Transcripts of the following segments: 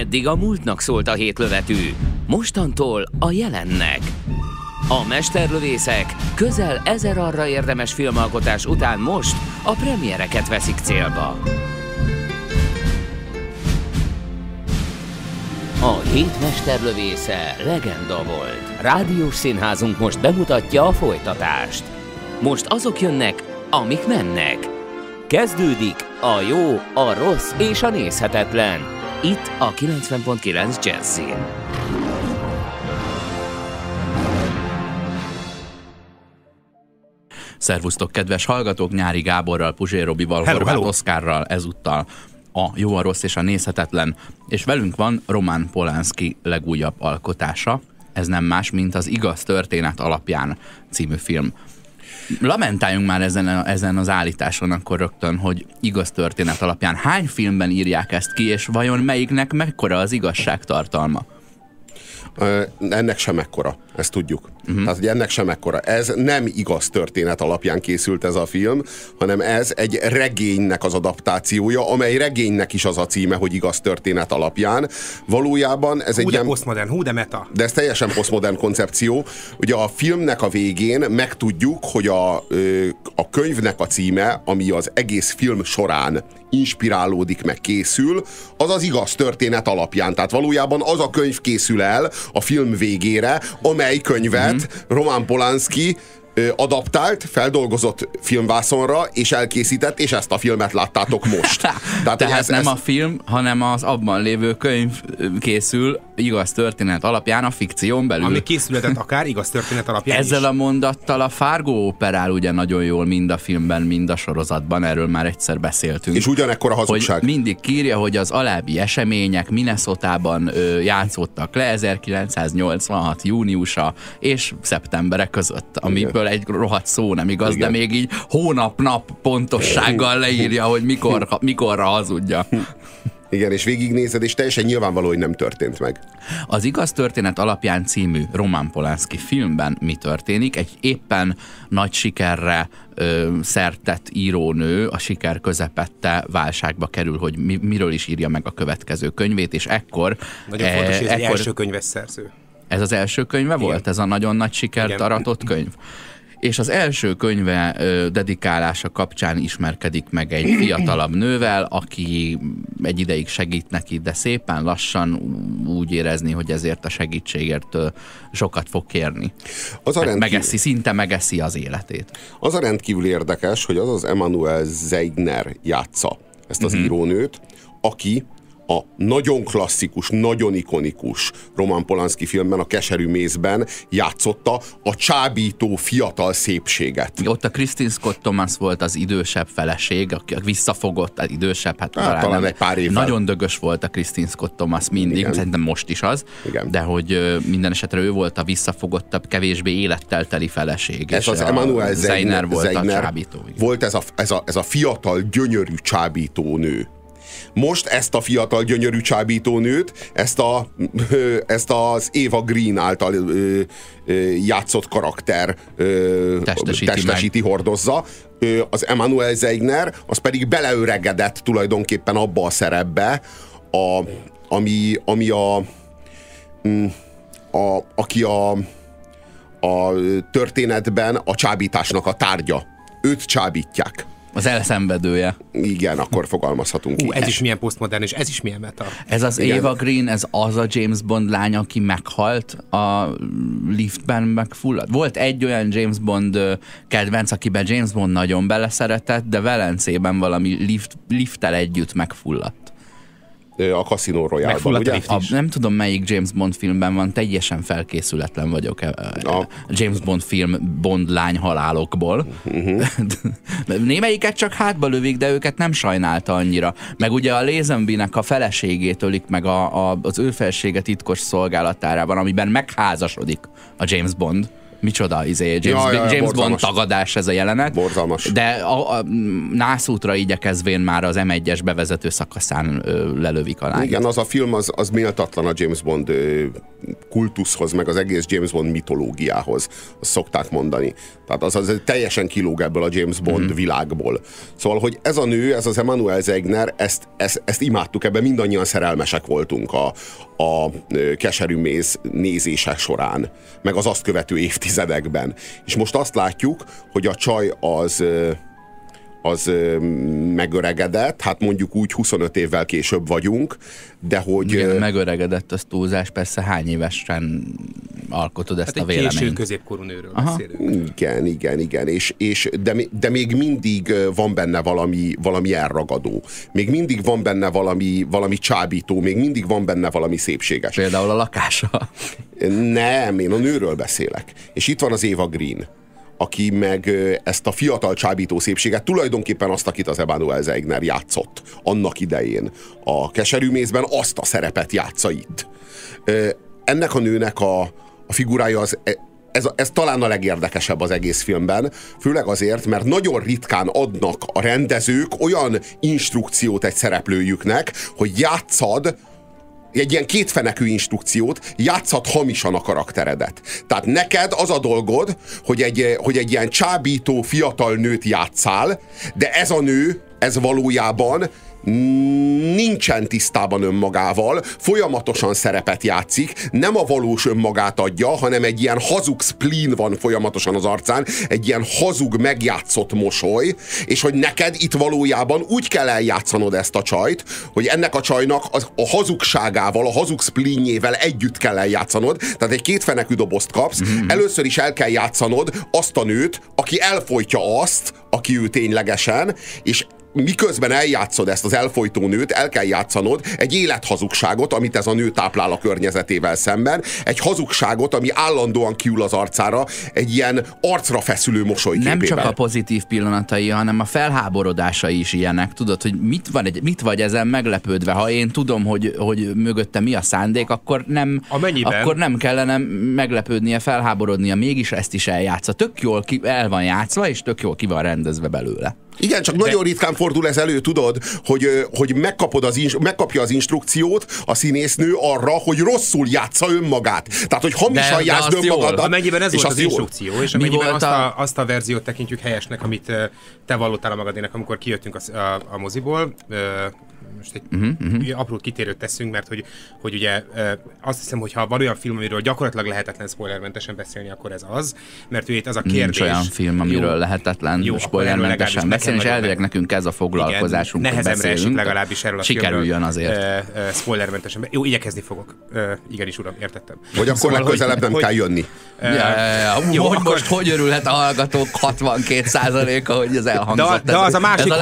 Eddig a múltnak szólt a hétlövetű, mostantól a jelennek. A mesterlövészek közel 1000 arra érdemes filmalkotás után most a premiereket veszik célba. A hét mesterlövésze legenda volt. Rádiós színházunk most bemutatja a folytatást. Most azok jönnek, amik mennek. Kezdődik a jó, a rossz és a nézhetetlen. Itt a 90.9 Jazzin. Szervusztok, kedves hallgatók! Nyári Gáborral, Puzsér Robival, Horváth Oszkárral ezúttal a jó, a rossz és a nézhetetlen. És velünk van Roman Polanski legújabb alkotása. Ez nem más, mint az Igaz történet alapján című film. Lamentáljunk már ezen az állításon akkor rögtön, hogy igaz történet alapján. Hány filmben írják ezt ki, és vajon melyiknek mekkora az igazságtartalma? Ennek sem ekkora, ezt tudjuk. Tehát, hogy ennek sem ekkora. Ez nem igaz történet alapján készült ez a film, hanem ez egy regénynek az adaptációja, amely regénynek is az a címe, hogy Igaz történet alapján. Valójában ez egy ilyen... posztmodern, meta. De ez teljesen posztmodern koncepció. Ugye a filmnek a végén megtudjuk, hogy a könyvnek a címe, ami az egész film során inspirálódik, meg készül, az az igaz történet alapján. Tehát valójában az a könyv készül el a film végére, amely könyvet Roman Polanski adaptált, feldolgozott filmvászonra, és elkészített, és ezt a filmet láttátok most. Tehát nem a film, hanem az abban lévő könyv készül igaz történet alapján a fikción belül. Ami készületett akár igaz történet alapján Ezzel is. a mondattal a Fargo operál ugye nagyon jól mind a filmben, mind a sorozatban, erről már egyszer beszéltünk. És ugyanekkor a hazugság. Hogy mindig kírja, hogy az alábbi események Minnesotában játszottak le 1986 júniusa és szeptembere között, amiből egy rohadt szó nem igaz, igen, de még így hónap-nap pontossággal leírja, hogy mikorra hazudja. Igen, és végignézed, és teljesen nyilvánvaló, hogy nem történt meg. Az Igaz történet alapján című Roman Polanski filmben mi történik? Egy éppen nagy sikerre szertett írónő a siker közepette válságba kerül, hogy miről is írja meg a következő könyvét, és ekkor... Nagyon fontos, hogy ez egy első könyves szerző. Ez az első könyve volt? Igen. Ez a nagyon nagy sikert aratott könyv? És az első könyve dedikálása kapcsán ismerkedik meg egy fiatalabb nővel, aki egy ideig segít neki, de szépen lassan úgy érezni, hogy ezért a segítségért sokat fog kérni. Szinte megeszi az életét. Az a rendkívül érdekes, hogy az Emmanuelle Zeigner játsza ezt az írónőt, aki a nagyon klasszikus, nagyon ikonikus Roman Polanski filmben, a Keserű mézben játszotta a csábító fiatal szépséget. Ott a Kristin Scott Thomas volt az idősebb feleség, aki visszafogott, az idősebb, talán egy pár évvel. Nagyon dögös volt a Kristin Scott Thomas mindig, igen, szerintem most is az, igen, de hogy minden esetre ő volt a visszafogottabb, kevésbé élettel teli feleség. Ez az Emmanuelle Zeigner volt a csábító. Igen. Volt ez a fiatal, gyönyörű csábító nő. Most ezt a fiatal, gyönyörű csábítónőt, ezt az Eva Green által játszott karakter testesíti, hordozza. Az Emmanuelle Zeigner, az pedig beleöregedett tulajdonképpen abba a szerepbe, aki a történetben a csábításnak a tárgya. Őt csábítják. Az elszenvedője. Igen, akkor fogalmazhatunk így. Ez is milyen posztmodern, és ez is milyen meta. Ez az igen. Eva Green, ez az a James Bond lány, aki meghalt a liftben, megfulladt. Volt egy olyan James Bond kedvenc, akiben James Bond nagyon beleszeretett, de Velencében valami lifttel együtt megfulladt. A Casino Royale-ban, ugye? Nem tudom, melyik James Bond filmben van, teljesen felkészületlen vagyok a James Bond film Bond lány halálokból. Némelyiket csak hátba lövik, de őket nem sajnálta annyira. Meg ugye a Lazenby-nek a feleségét ölik meg az ő felsége titkos szolgálatárában, amiben megházasodik a James Bond. Micsoda James Bond tagadás ez a jelenet. Borzalmas. De a nászútra igyekezvén már az M1-es bevezető szakaszán lelövik a lányt. Igen, az a film az méltatlan a James Bond kultuszhoz, meg az egész James Bond mitológiához, azt szokták mondani. Tehát az teljesen kilóg ebből a James Bond világból. Szóval, hogy ez a nő, ez az Emmanuelle Zegner, ezt imádtuk, ebben mindannyian szerelmesek voltunk a Keserű méz nézése során, meg az azt követő évtizedekben. És most azt látjuk, hogy a csaj az megöregedett, hát mondjuk úgy 25 évvel később vagyunk, de hogy... Igen, megöregedett, az túlzás, persze hány évesen alkotod ezt a véleményt? Hát egy késő középkorú nőről beszélünk. Igen, de még mindig van benne valami elragadó. Még mindig van benne valami csábító, még mindig van benne valami szépséges. Például a lakása. Nem, én a nőről beszélek. És itt van az Eva Green, aki meg ezt a fiatal csábító szépséget, tulajdonképpen azt, akit az Emmanuelle Zegner játszott annak idején a Keserű mézben, azt a szerepet játsza itt. Ennek a nőnek a figurája ez talán a legérdekesebb az egész filmben, főleg azért, mert nagyon ritkán adnak a rendezők olyan instrukciót egy szereplőjüknek, hogy játsszad egy ilyen kétfenekű instrukciót, játsszad hamisan a karakteredet. Tehát neked az a dolgod, hogy egy ilyen csábító fiatal nőt játsszál, de ez a nő, ez valójában nincsen tisztában önmagával, folyamatosan szerepet játszik, nem a valós önmagát adja, hanem egy ilyen hazug spleen van folyamatosan az arcán, egy ilyen hazug megjátszott mosoly, és hogy neked itt valójában úgy kell eljátszanod ezt a csajt, hogy ennek a csajnak a hazugságával, a hazug spleenjével együtt kell eljátszanod, tehát egy kétfenekű dobozt kapsz, először is el kell játszanod azt a nőt, aki elfojtja azt, aki ő ténylegesen, és miközben eljátszod ezt az elfojtó nőt, el kell játszanod egy élethazugságot, amit ez a nő táplál a környezetével szemben, egy hazugságot, ami állandóan kiül az arcára, egy ilyen arcra feszülő mosolyképével. Nem csak a pozitív pillanatai, hanem a felháborodásai is ilyenek. Tudod, hogy mit vagy ezen meglepődve? Ha én tudom, hogy mögötte mi a szándék, akkor nem kellene meglepődnie, felháborodnia, mégis ezt is eljátsza. Tök jól el van játszva, és tök jól ki van rendezve belőle. Igen, csak nagyon ritkán fordul ez elő, tudod, hogy megkapja az instrukciót a színésznő arra, hogy rosszul játsza önmagát. Tehát, hogy hamisan játsz önmagadat. Amennyiben ez volt az instrukció, és amennyiben azt a verziót tekintjük helyesnek, amit te vallottál a magadének, amikor kijöttünk a moziból. Most egy apró kitérőt teszünk, mert hogy ugye azt hiszem, hogy ha van olyan film, amiről gyakorlatilag lehetetlen spoilermentesen beszélni, akkor ez az, mert ugye itt az a kérdés... Nincs olyan film, amiről lehetetlen spoilermentesen beszélni, és elvileg nekünk ez a foglalkozásunk, hogy beszélünk. Legalábbis erről a sikerüljön azért. Spoilermentesen. Jó, igyekezni fogok. Igenis, uram, értettem. Vagy akkor szóval, legközelebb nem kell jönni. Jó, hogy most hogy örülhet a hallgatók 62%-a, hogy ez elhangzott. De az a másik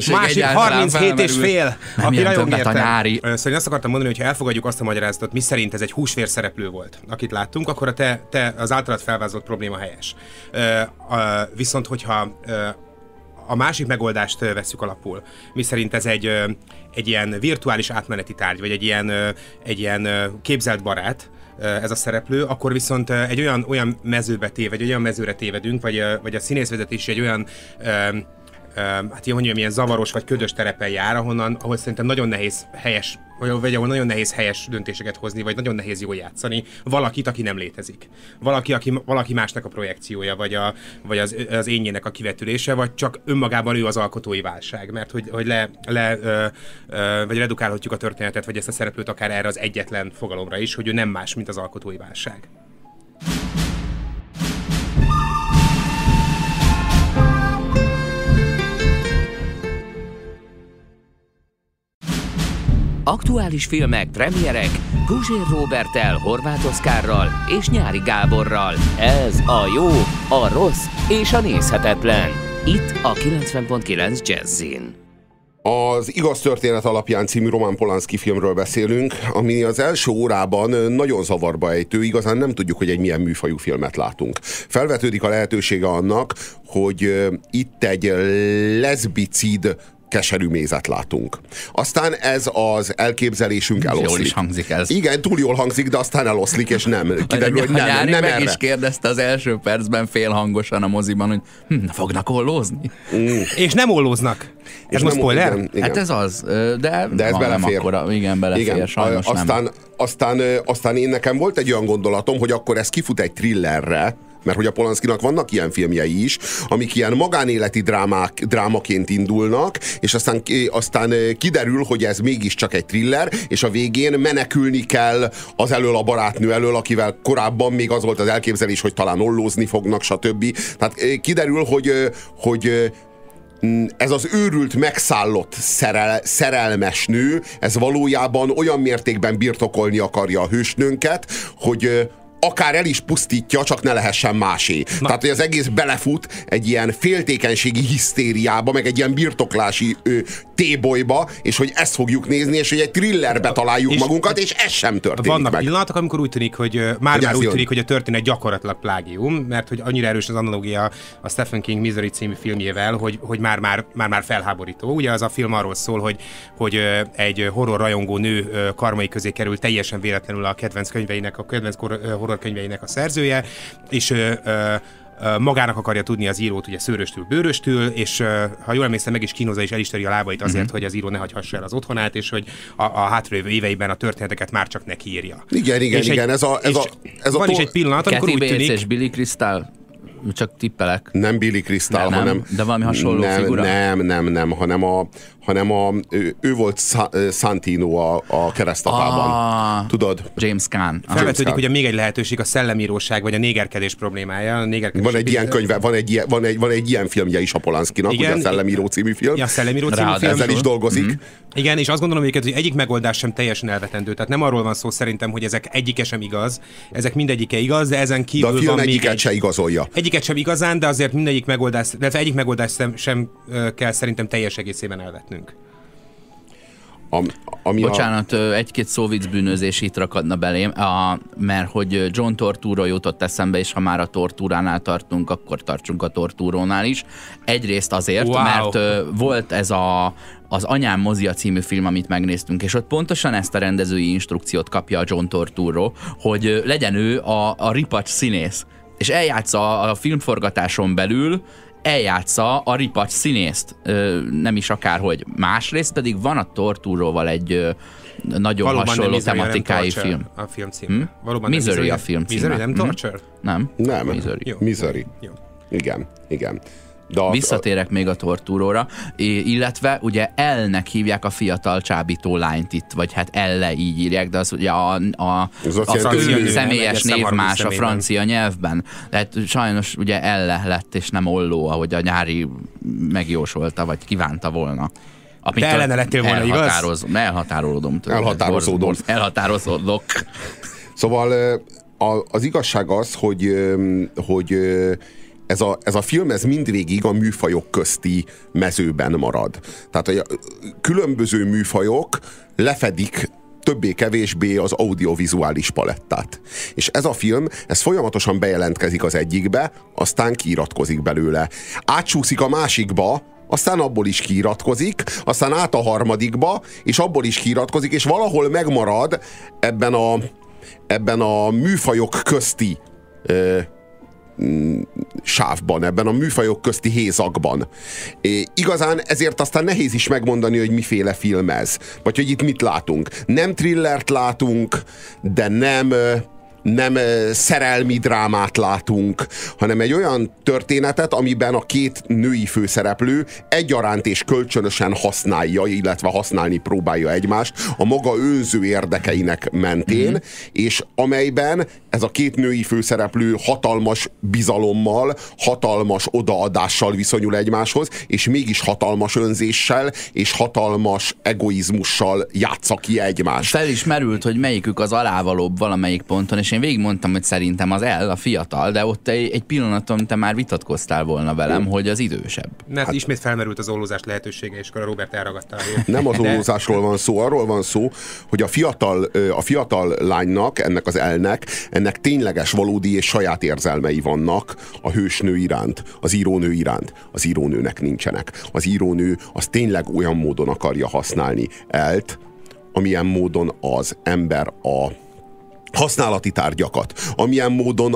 37,5, aki nagyon értem. Szóval én azt akartam mondani, hogy ha elfogadjuk azt a magyarázatot, mi szerint ez egy húsvér szereplő volt, akit láttunk, akkor az általad felvázolt probléma helyes. Viszont, hogyha a másik megoldást vesszük alapul, mi szerint ez egy ilyen virtuális átmeneti tárgy, vagy egy ilyen képzelt barát, ez a szereplő, akkor viszont egy olyan mezőbe egy olyan mezőre tévedünk, vagy a színészvezetés egy olyan hát ilyen zavaros vagy ködös terepen jár, ahol szerintem nagyon nehéz vagy ahol nagyon nehéz helyes döntéseket hozni, vagy nagyon nehéz jól játszani valakit, aki nem létezik. Valaki másnak a projekciója, vagy az énjének a kivetülése, vagy csak önmagában ő az alkotói válság, mert hogy vagy redukálhatjuk a történetet, vagy ezt a szereplőt akár erre az egyetlen fogalomra is, hogy ő nem más, mint az alkotói válság. Aktuális filmek, premierek Puzsér Róberttel, Horváth Oszkárral és Nyári Gáborral. Ez a jó, a rossz és a nézhetetlen. Itt a 90.9 Jazzin. Az Igaz történet alapján című Roman Polanski filmről beszélünk, ami az első órában nagyon zavarba ejtő, igazán nem tudjuk, hogy egy milyen műfajú filmet látunk. Felvetődik a lehetősége annak, hogy itt egy leszbicid keserű mézet látunk. Aztán ez az elképzelésünk eloszlik. Jól is hangzik ez. Igen, túl jól hangzik, de aztán eloszlik, és nem. Kiderül, hogy nem meg erre. is kérdezte az első percben félhangosan a moziban, hogy fognak ollózni? És nem ollóznak. Ez most spoiler? Igen. Hát ez az, de ez belefér. Akkora, igen, belefér, igen. Sajnos aztán én nekem volt egy olyan gondolatom, hogy akkor ez kifut egy thrillerre, mert hogy a Polanskinak vannak ilyen filmjei is, amik ilyen magánéleti drámaként indulnak, és aztán kiderül, hogy ez mégiscsak egy thriller, és a végén menekülni kell az elől a barátnő elől, akivel korábban még az volt az elképzelés, hogy talán ollózni fognak, stb. Tehát kiderül, hogy ez az őrült, megszállott szerelmes nő, ez valójában olyan mértékben birtokolni akarja a hősnőnket, hogy akár el is pusztítja, csak ne lehessen másé. Tehát, hogy az egész belefut egy ilyen féltékenységi hisztériába, meg egy ilyen birtoklási tébolyba, és hogy ezt fogjuk nézni, és hogy egy thrillerbe találjuk magunkat, és ez sem történik vannak meg. pillanatok, amikor úgy tűnik, hogy már úgy tűnik, hogy a történet gyakorlatilag plágium, mert hogy annyira erős az analógia a Stephen King Misery című filmjével, hogy már felháborító. Ugye az a film arról szól, hogy egy horror rajongó nő karmai közé kerül teljesen véletlenül a kedvenc horrorkönyveinek a szerzője, és magának akarja tudni az írót, ugye szőröstül, bőröstül, és ha jól emlékszem, meg is kínozza és elismeri a lábait azért, hogy az író ne hagyhassa el az otthonát, és hogy a hátralévő éveiben a történeteket már csak neki írja. Igen. Van is egy pillanat, amikor úgy tűnik... és Billy Crystal, csak tippelek. Nem Billy Crystal, hanem... De valami hasonló figura? Nem, hanem ő volt Santino a Keresztapában. Tudod? James Caan. Felvetődik, hogy még egy lehetőség a szellemíróság, vagy a négerkedés problémája. Van egy ilyen könyve, van egy ilyen filmje is a Polanskinak, ugye a Szellemíró című film. Ja, a Szellemíró című film. Ezzel is dolgozik. Igen, és azt gondolom, hogy egyik megoldás sem teljesen elvetendő. Tehát nem arról van szó szerintem, hogy ezek egyike sem igaz, ezek mindegyike igaz, de ezen kívül de a film van még se igazolja. Egyiket sem igazán, de azért mindegyik megoldás, illetve egyik megoldást sem kell szerintem teljes egészében elvetnünk. Bocsánat, egy-két szóvic bűnözés itt rakadna belém, mert hogy John Turturro jutott eszembe, és ha már a tortúránál tartunk, akkor tartsunk a tortúrónál is. Egyrészt azért, mert volt ez az Anyám mozia című film, amit megnéztünk, és ott pontosan ezt a rendezői instrukciót kapja a John Turturro, hogy legyen ő a ripacs színész. És eljátsza a filmforgatáson belül, eljátsza a ripacs színészt, nem is akárhogy. Másrészt pedig van a Turturróval egy nagyon valóban hasonló tematikájú film. A film címe. Misery a film címe. Misery, nem Torture? Nem. Misery. Jó. Igen. Visszatérek még a Turturróra, illetve ugye Elle-nek hívják a fiatal csábító lányt itt, vagy hát Elle így írják, de az ugye a francia személyes név más a francia nyelvben. Tehát sajnos ugye Elle lett, és nem Olló, ahogy a Nyári megjósolta, vagy kívánta volna. Te ellene lettél volna, igaz? Elhatározódok. Szóval az igazság az, hogy ez a film mindvégig a műfajok közti mezőben marad. Tehát a különböző műfajok lefedik többé-kevésbé az audiovizuális palettát. És ez a film, ez folyamatosan bejelentkezik az egyikbe, aztán kiiratkozik belőle. Átsúszik a másikba, aztán abból is kiiratkozik, aztán át a harmadikba, és abból is kiiratkozik, és valahol megmarad ebben a műfajok közti sávban, ebben a műfajok közti hézakban. Igazán ezért aztán nehéz is megmondani, hogy miféle film ez. Vagy hogy itt mit látunk. Nem thrillert látunk, de nem szerelmi drámát látunk, hanem egy olyan történetet, amiben a két női főszereplő egyaránt és kölcsönösen használja, illetve használni próbálja egymást a maga önző érdekeinek mentén, és amelyben ez a két női főszereplő hatalmas bizalommal, hatalmas odaadással viszonyul egymáshoz, és mégis hatalmas önzéssel, és hatalmas egoizmussal játsza ki egymást. Fel is merült, hogy melyikük az alávalóbb valamelyik ponton, és és én végigmondtam, hogy szerintem az a fiatal, de ott egy pillanaton te már vitatkoztál volna velem, hogy az idősebb. Hát ismét felmerült az ollózás lehetősége, és akkor a Robert elragadta. Nem az ollózásról van szó, arról van szó, hogy a fiatal lánynak, ennek az ennek tényleges, valódi és saját érzelmei vannak a hősnő iránt, az írónő iránt. Az írónőnek nincsenek. Az írónő az tényleg olyan módon akarja használni amilyen módon az ember a használati tárgyakat, amilyen módon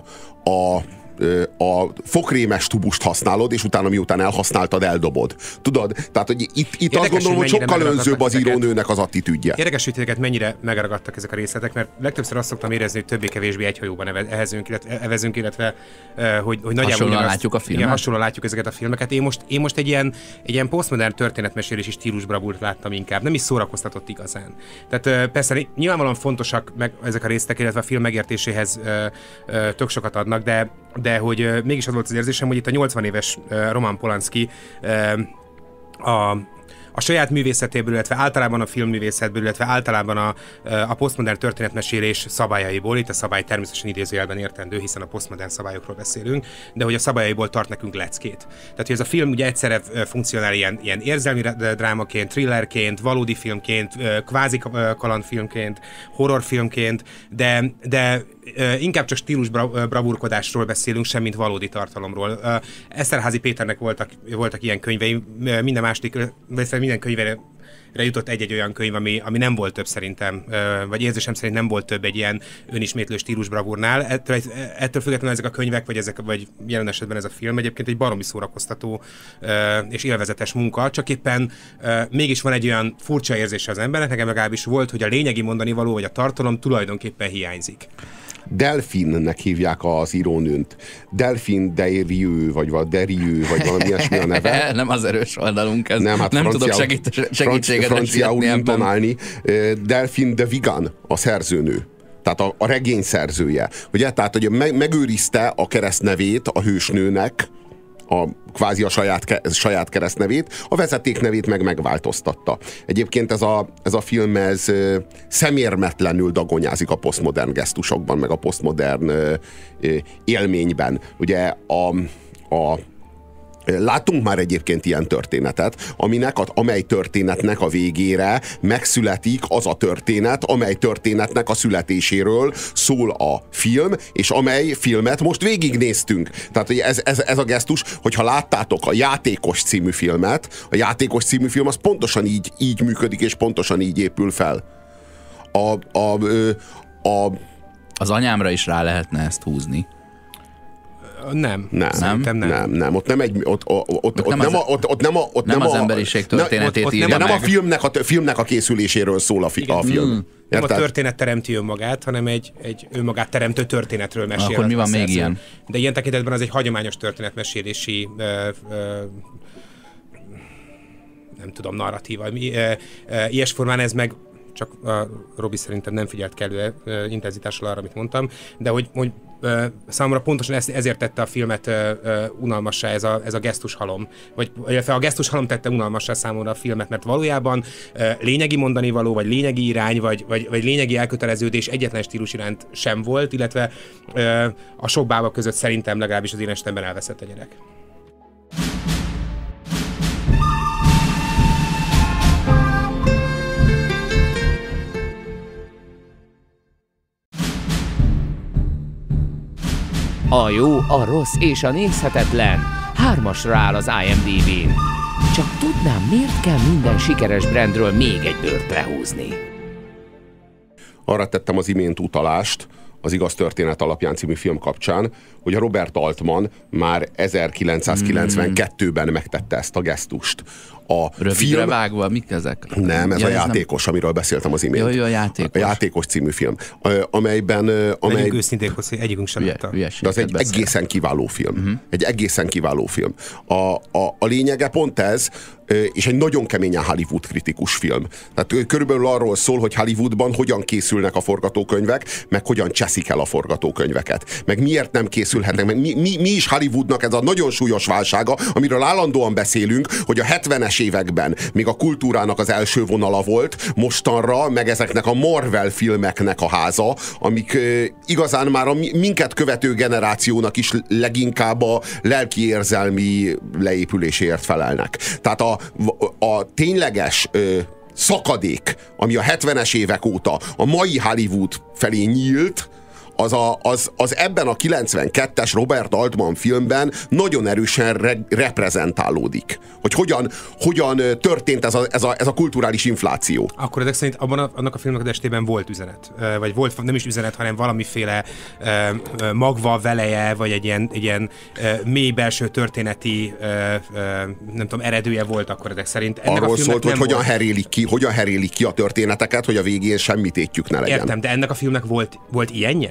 a fokrémes tubust használod, és utána miután elhasználtad, eldobod. Tudod? Tehát, hogy itt azt gondolom, hogy sokkal önzőbb az írónőnek az attitűdje. Érdekes, hogy titeket mennyire megragadtak ezek a részletek, mert legtöbbször azt szoktam érezni, hogy többé-kevésbé egy hajóban evezünk, illetve hogy nagyjából hasonlóan látjuk a filmet. Igen, hasonlóan látjuk ezeket a filmeket. Én most egy ilyen posztmodern történetmesélési stílusbravúrt láttam inkább. Nem is szórakoztatott igazán. Tehát persze nyilvánvalóan fontosak meg ezek a részletek, illetve a film megértéséhez tök sokat adnak, de hogy mégis az volt az érzésem, hogy itt a 80 éves Roman Polanski a saját művészetéből, illetve általában a filmművészetből, illetve általában a posztmodern történetmesélés szabályaiból, itt a szabály természetesen idézőjelben értendő, hiszen a posztmodern szabályokról beszélünk, de hogy a szabályaiból tart nekünk leckét. Tehát, hogy ez a film ugye egyszerre funkcionál ilyen érzelmi drámaként, thrillerként, valódi filmként, kvázi kalandfilmként, horrorfilmként, de inkább csak stílus bravúrkodásról beszélünk, semmint valódi tartalomról. Eszterházy Péternek voltak ilyen könyvei, minden könyvére jutott egy olyan könyv, ami nem volt több szerintem, vagy érzésem szerint nem volt több egy ilyen önismétlő stílus bravúrnál. Ettől függetlenül ezek a könyvek, vagy jelen esetben ez a film egyébként egy baromi szórakoztató és élvezetes munka, csak éppen mégis van egy olyan furcsa érzése az embernek, nekem legalábbis volt, hogy a lényegi mondani való, vagy a tartalom tulajdonképpen hiányzik. Delfinnek hívják az írónőnt. Delphine Derieux, vagy valami ilyesmi a neve. Nem az erős oldalunk ez. Nem tudok segítséget franciául intonálni. Delphine de Vigan, a szerzőnő. Tehát a regény szerzője. Ugye? Tehát, hogy megőrizte a keresztnevét a hősnőnek, kvázi a saját keresztnevét, a vezetéknevét megváltoztatta. Egyébként ez a film szemérmetlenül dagonyázik a posztmodern gesztusokban, meg a posztmodern élményben. Ugye láttunk már egyébként ilyen történetet, amely történetnek a végére megszületik az a történet, amely történetnek a születéséről szól a film, és amely filmet most végignéztünk. Tehát hogy ez a gesztus, hogyha láttátok a Játékos című filmet, a Játékos című film az pontosan így működik, és pontosan így épül fel. Az anyámra is rá lehetne ezt húzni. Nem. Ott nem az emberiség történetét írja nem a filmnek a készüléséről szól a film. Nem a történet teremti önmagát, hanem egy önmagát teremtő történetről mesél. Akkor mi van még ilyen? De ilyen tekintetben az egy hagyományos történetmesélési nem tudom, narratíva. Ilyes formán ez meg csak Robi szerintem nem figyelt kellő intenzitással arra, amit mondtam, de hogy számomra pontosan ezért tette a filmet unalmassá ez a gesztushalom. Vagy a gesztushalom tette unalmassá számomra a filmet, mert valójában lényegi mondani való, vagy lényegi irány, vagy lényegi elköteleződés egyetlen stílus iránt sem volt, illetve a sok bába között szerintem legalábbis az én estemben elveszett a gyerek. A jó, a rossz és a nézhetetlen 3-asra áll az IMDb-n. Csak tudnám, miért kell minden sikeres brandről még egy bőrt lehúzni? Arra tettem az imént utalást az Igaz történet alapján című film kapcsán, hogy a Robert Altman már 1992-ben megtette ezt a gesztust. Rövidre vágva, mik ezek? Nem, ez a Játékos, amiről beszéltem az imént. Jó, a Játékos. A Játékos című film, amelyben... Legyünk őszinték, hogy egyikünk sem látta. De az egy egészen kiváló film. Egy egészen kiváló film. A lényege pont ez, és egy nagyon keményen Hollywood kritikus film. Tehát körülbelül arról szól, hogy Hollywoodban hogyan készülnek a forgatókönyvek, meg hogyan cseszik el a forgatókönyveket. Meg miért nem készülhetnek, meg mi is Hollywoodnak ez a nagyon súlyos válsága, amiről állandóan beszélünk, hogy a 70-es 70-es években még a kultúrának az első vonala volt, mostanra meg ezeknek a Marvel filmeknek a háza, amik igazán már a minket követő generációnak is leginkább a lelki-érzelmi leépüléséért felelnek. Tehát a tényleges szakadék, ami a 70-es évek óta a mai Hollywood felé nyílt, az ebben a 92-es Robert Altman filmben nagyon erősen reprezentálódik. Hogy hogyan történt ez a kulturális infláció. Akkor ezek szerint annak a filmnek az estében volt üzenet. Vagy volt nem is üzenet, hanem valamiféle magva, veleje, vagy egy ilyen mély belső történeti nem tudom, eredője volt akkor ezek szerint. Arról szólt, hogy hogyan herélik ki a történeteket, hogy a végén semmi tétjük ne legyen. Értem, de ennek a filmnek volt ilyenje?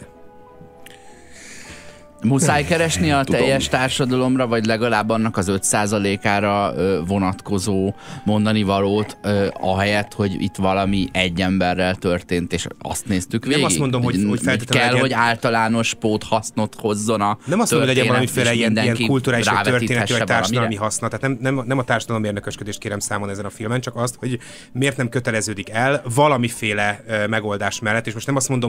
Muszáj keresni a teljes társadalomra, vagy legalább annak az 5%-ára vonatkozó mondani valót, ahelyett, hogy itt valami egy emberrel történt, és azt néztük végig. Nem azt mondom, hogy feltétlenül kell, hogy általános póthasznot hozzon a nem azt mondom, hogy legyen valamiféle ilyen kulturális történeti vagy társadalmi haszna. Tehát nem a társadalom érdekösködést kérem számon ezen a filmen, csak azt, hogy miért nem köteleződik el valamiféle megoldás mellett, és most nem azt mondom,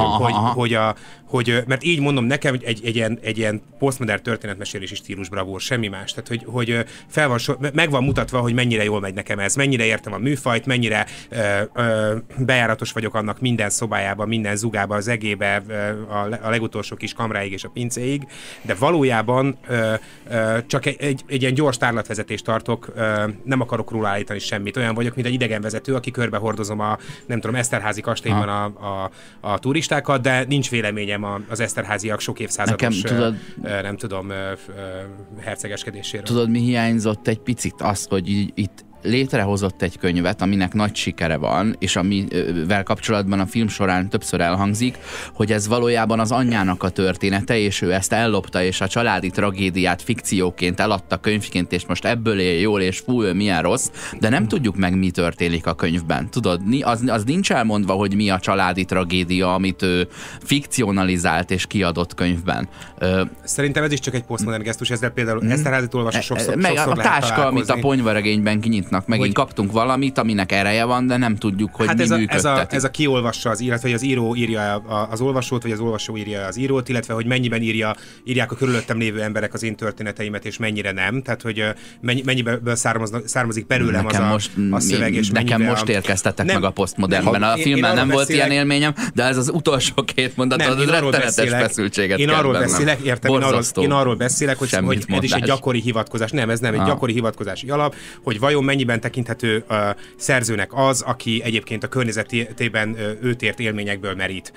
hogy mert így mondom nekem egy ilyen posztmodern történetmesélési stílus bravúr, semmi más. Tehát, hogy meg van mutatva, hogy mennyire jól megy nekem ez, mennyire értem a műfajt, mennyire bejáratos vagyok annak minden szobájában, minden zugában, az egébe, a legutolsó kis kamráig és a pincéig, de valójában csak egy ilyen gyors tárlatvezetést tartok, nem akarok róla állítani semmit. Olyan vagyok, mint egy idegenvezető, aki körbehordozom nem tudom, Eszterházi kastélyban a turistákat, de nincs véleményem az eszterháziak sok évszázados nem tudom, hercegeskedéséről. Tudod, mi hiányzott egy picit? Az, hogy itt létrehozott egy könyvet, aminek nagy sikere van, és amivel kapcsolatban a film során többször elhangzik, hogy ez valójában az anyjának a története, és ő ezt ellopta, és a családi tragédiát fikcióként eladta könyvként, és most ebből él jól, és fú, ő milyen rossz, de nem tudjuk meg, mi történik a könyvben. Tudod, az nincs elmondva, hogy mi a családi tragédia, amit ő fikcionalizált és kiadott könyvben. Szerintem ez is csak egy posztmodern gesztus, ezzel például Eszterházit olvasva sokszor meg lehet a táska, amit a ponyvaregényben kinyitnak, megint kaptunk valamit, aminek ereje van, de nem tudjuk, hogy mi működteti. Ez a kiolvassa az írat, vagy az író írja az olvasót, vagy az olvasó írja az írót, illetve hogy mennyiben írják a körülöttem lévő emberek az én történeteimet, és mennyire nem. Tehát, hogy mennyiből származik belőlem a szöveg, és nekem most érkeztetek meg a posztmodernben. A filmben nem volt ilyen élményem, de ez az utolsó két mondat, az rettenetes feszültséget kelt bennem. Én arról beszélek, hogy ez is egy gyakori hivatkozás. Nem, ez nem egy gyakori hivatkozási alap, hogy vajon mennyiben tekinthető szerzőnek az, aki egyébként a környezetében őt ért élményekből merít.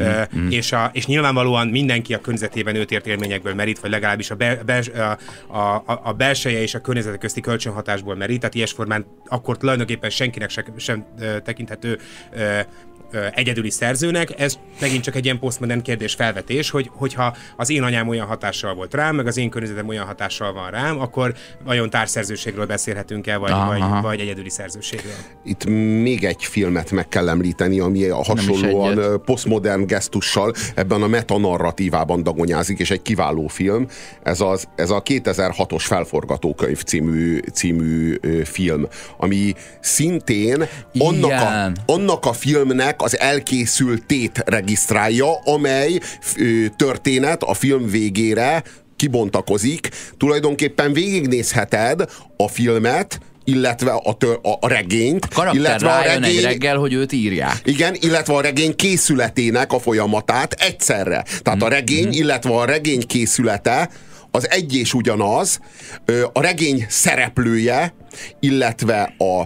És nyilvánvalóan mindenki a környezetében őt ért élményekből merít, vagy legalábbis a belseje és a környezet közti kölcsönhatásból merít, tehát ilyes formán akkor tulajdonképpen senkinek sem tekinthető egyedüli szerzőnek. Ez megint csak egy ilyen posztmodern kérdés felvetés, hogyha az én anyám olyan hatással volt rám, meg az én környezetem olyan hatással van rám, akkor vajon társszerzőségről beszélhetünk-e, vagy egyedüli szerzőségről? Itt még egy filmet meg kell említeni, ami hasonlóan posztmodern gesztussal ebben a metanarratívában dagonyázik, és egy kiváló film. Ez a 2006-os Felforgatókönyv című film, ami szintén annak a filmnek az elkészültét regisztrálja, amely történet a film végére kibontakozik. Tulajdonképpen végignézheted a filmet, illetve a regényt, illetve a regény egy reggel, hogy őt írják. Igen, illetve a regény készületének a folyamatát egyszerre. Tehát a regény, illetve a regény készülete az egy és ugyanaz, a regény szereplője, illetve a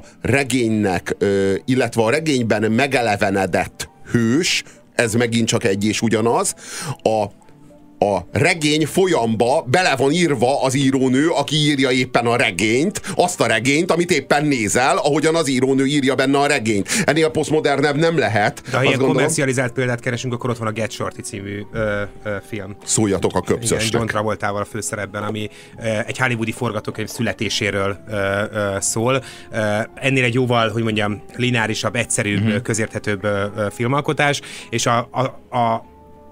regényben megelevenedett hős, ez megint csak egy és ugyanaz, a regény folyamba bele van írva az írónő, aki írja éppen a regényt, azt a regényt, amit éppen nézel, ahogyan az írónő írja benne a regényt. Ennél posztmodernebb nem lehet. De ha ilyen kommercializált példát keresünk, akkor ott van a Get Shorty című film. Szóljatok a köpcösnek. John Travoltával a főszerepben, ami egy hollywoodi forgatókönyv születéséről szól. Ennél egy jóval, hogy mondjam, lineárisabb, egyszerűbb, közérthetőbb filmalkotás, és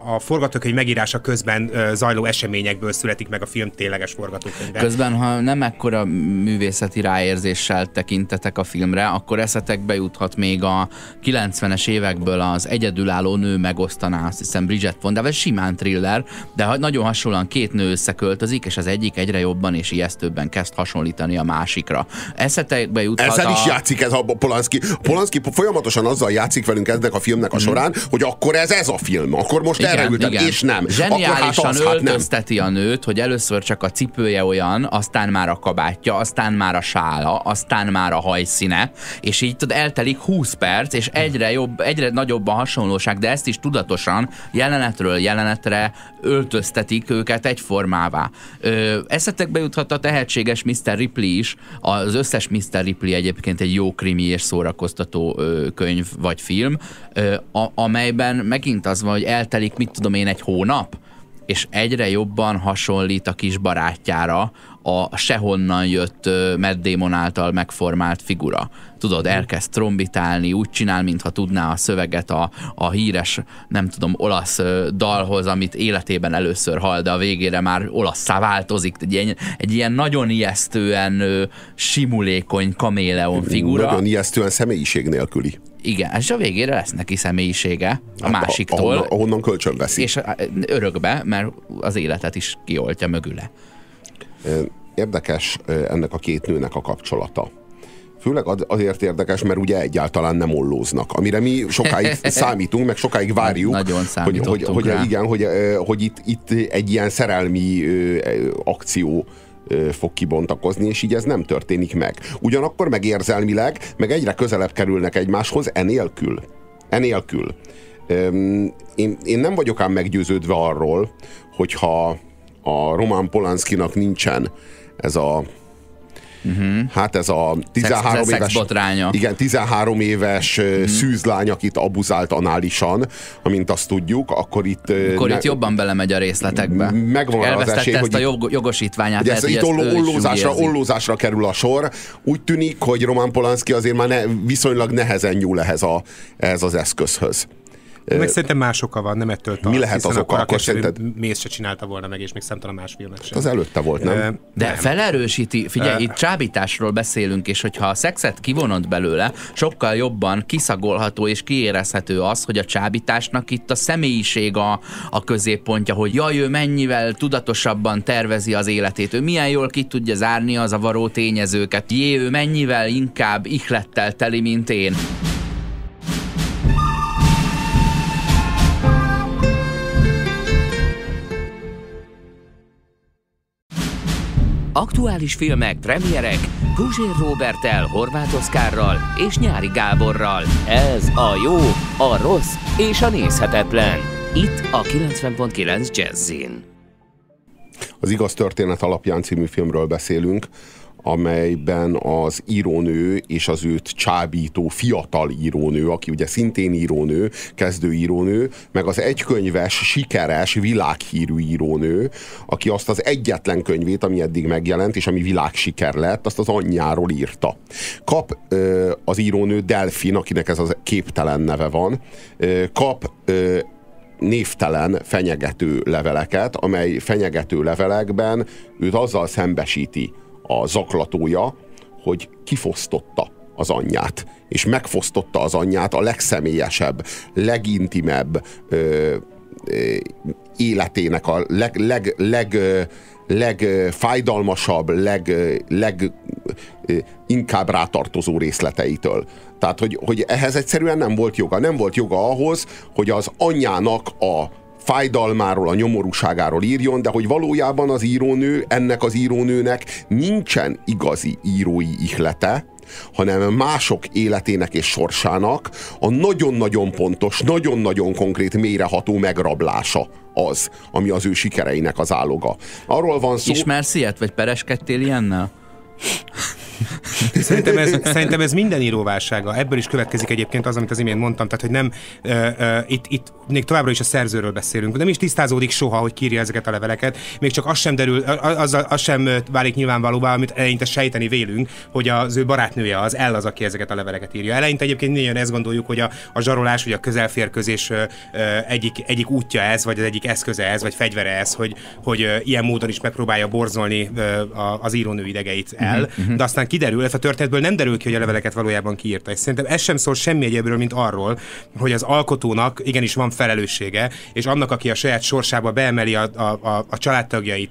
a forgatókönyv megírása közben zajló eseményekből születik meg a film tényleges forgatókönyve. Közben, ha nem ekkora művészeti ráérzéssel tekintetek a filmre, akkor eszetekbe juthat még a 90-es évekből az Egyedülálló nő megosztaná, azt hiszem Bridget Fonda, simán thriller, de nagyon hasonlóan két nő összeköltözik, és az egyik egyre jobban és ijesztőbben kezd hasonlítani a másikra. Eszetekbe juthat ezzel is játszik ez a Polanski. Polanski folyamatosan azzal játszik velünk ennek a filmnek a során, hogy akkor ez a film, akkor most erre ültem, és nem. Zseniálisan öltözteti a nőt, hogy először csak a cipője olyan, aztán már a kabátja, aztán már a sála, aztán már a hajszíne, és így eltelik 20 perc, és egyre nagyobb a hasonlóság, de ezt is tudatosan jelenetről jelenetre öltöztetik őket egyformává. Eszetekbe juthat a tehetséges Mr. Ripley is, az összes Mr. Ripley egyébként egy jó krimi és szórakoztató könyv vagy film, amelyben megint az van, hogy eltelik, mit tudom én, egy hónap, és egyre jobban hasonlít a kis barátjára a sehonnan jött Matt Damon által megformált figura. Tudod, elkezd trombitálni, úgy csinál, mintha tudná a szöveget a híres, nem tudom, olasz dalhoz, amit életében először hall, de a végére már olasszá változik. Egy ilyen nagyon ijesztően simulékony kaméleon figura. Nagyon ijesztően személyiség nélküli. Igen, és a végére lesz neki személyisége a másiktól. Ahonnan kölcsön veszi. És örökbe, mert az életet is kioltja mögüle. Érdekes ennek a két nőnek a kapcsolata. Főleg azért érdekes, mert ugye egyáltalán nem ollóznak. Amire mi sokáig számítunk, meg sokáig várjuk, hogy itt egy ilyen szerelmi akció fog kibontakozni, és így ez nem történik meg. Ugyanakkor meg érzelmileg, meg egyre közelebb kerülnek egymáshoz enélkül. Én nem vagyok ám meggyőződve arról, hogyha a Roman Polanskinak nincsen ez a ez a 13 éves, igen, 13 éves szűzlány, akit abuzált análisan, amint azt tudjuk, akkor itt jobban belemegy a részletekbe. Megvan az esély, ezt a jogosítványát. Hogy itt ollózásra kerül a sor. Úgy tűnik, hogy Roman Polanski azért már viszonylag nehezen nyúl ehhez az eszközhöz. Meg szerintem más oka van, nem ettől tart. Mi lehet az oka? Akkor szerinted Mész se csinálta volna meg, és még számtalan más filmet sem. Az előtte volt, nem? De felerősíti, figyelj, itt csábításról beszélünk, és hogyha a szexet kivonod belőle, sokkal jobban kiszagolható és kiérezhető az, hogy a csábításnak itt a személyiség a középpontja, hogy jaj, ő mennyivel tudatosabban tervezi az életét, ő milyen jól ki tudja zárni a zavaró tényezőket, ő mennyivel inkább ihlettel teli, mint én. Aktuális filmek, premierek, Puzsér Róberttel, Horváth Oszkárral és Nyári Gáborral. Ez a jó, a rossz és a nézhetetlen. Itt a 90.9 Jazzin. Az Igaz történet alapján című filmről beszélünk, amelyben az írónő és az őt csábító fiatal írónő, aki ugye szintén írónő, kezdő írónő, meg az egykönyves, sikeres, világhírű írónő, aki azt az egyetlen könyvét, ami eddig megjelent, és ami világsiker lett, azt az anyjáról írta. Kap az írónő Delfin, akinek ez a képtelen neve van, kap névtelen fenyegető leveleket, amely fenyegető levelekben őt azzal szembesíti a zaklatója, hogy kifosztotta az anyját, és megfosztotta az anyját a legszemélyesebb, legintimebb életének a legfájdalmasabb, leginkább rátartozó részleteitől. Tehát, hogy ehhez egyszerűen nem volt joga. Nem volt joga ahhoz, hogy az anyjának a fájdalmáról, a nyomorúságáról írjon, de hogy valójában az írónő, ennek az írónőnek nincsen igazi írói ihlete, hanem mások életének és sorsának a nagyon-nagyon pontos, nagyon-nagyon konkrét, mélyreható megrablása az, ami az ő sikereinek az áloga. Arról van szó... Ismersz ilyet, vagy pereskedtél ilyennel? Szerintem ez minden íróválsága. Ebből is következik egyébként az, amit az imént mondtam, tehát hogy nem itt még továbbra is a szerzőről beszélünk. Nem is tisztázódik soha, hogy kiírja ezeket a leveleket. Még csak az sem derül, az sem válik nyilvánvalóvá, amit eleinte sejteni vélünk, hogy az ő barátnője az aki ezeket a leveleket írja. Eleinte egyébként mindjárt ezt gondoljuk, hogy a zsarolás, vagy a közelférközés egyik útja ez, vagy az egyik eszköze ez, vagy fegyvere ez, hogy ilyen módon is megpróbálja borzolni az írónő idegeit el. De aztán kiderül, ez a történetből nem derül ki, hogy a leveleket valójában kiírta. És szerintem ez sem szól semmi egyébről, mint arról, hogy az alkotónak igenis van felelőssége, és annak, aki a saját sorsába beemeli a családtagjait,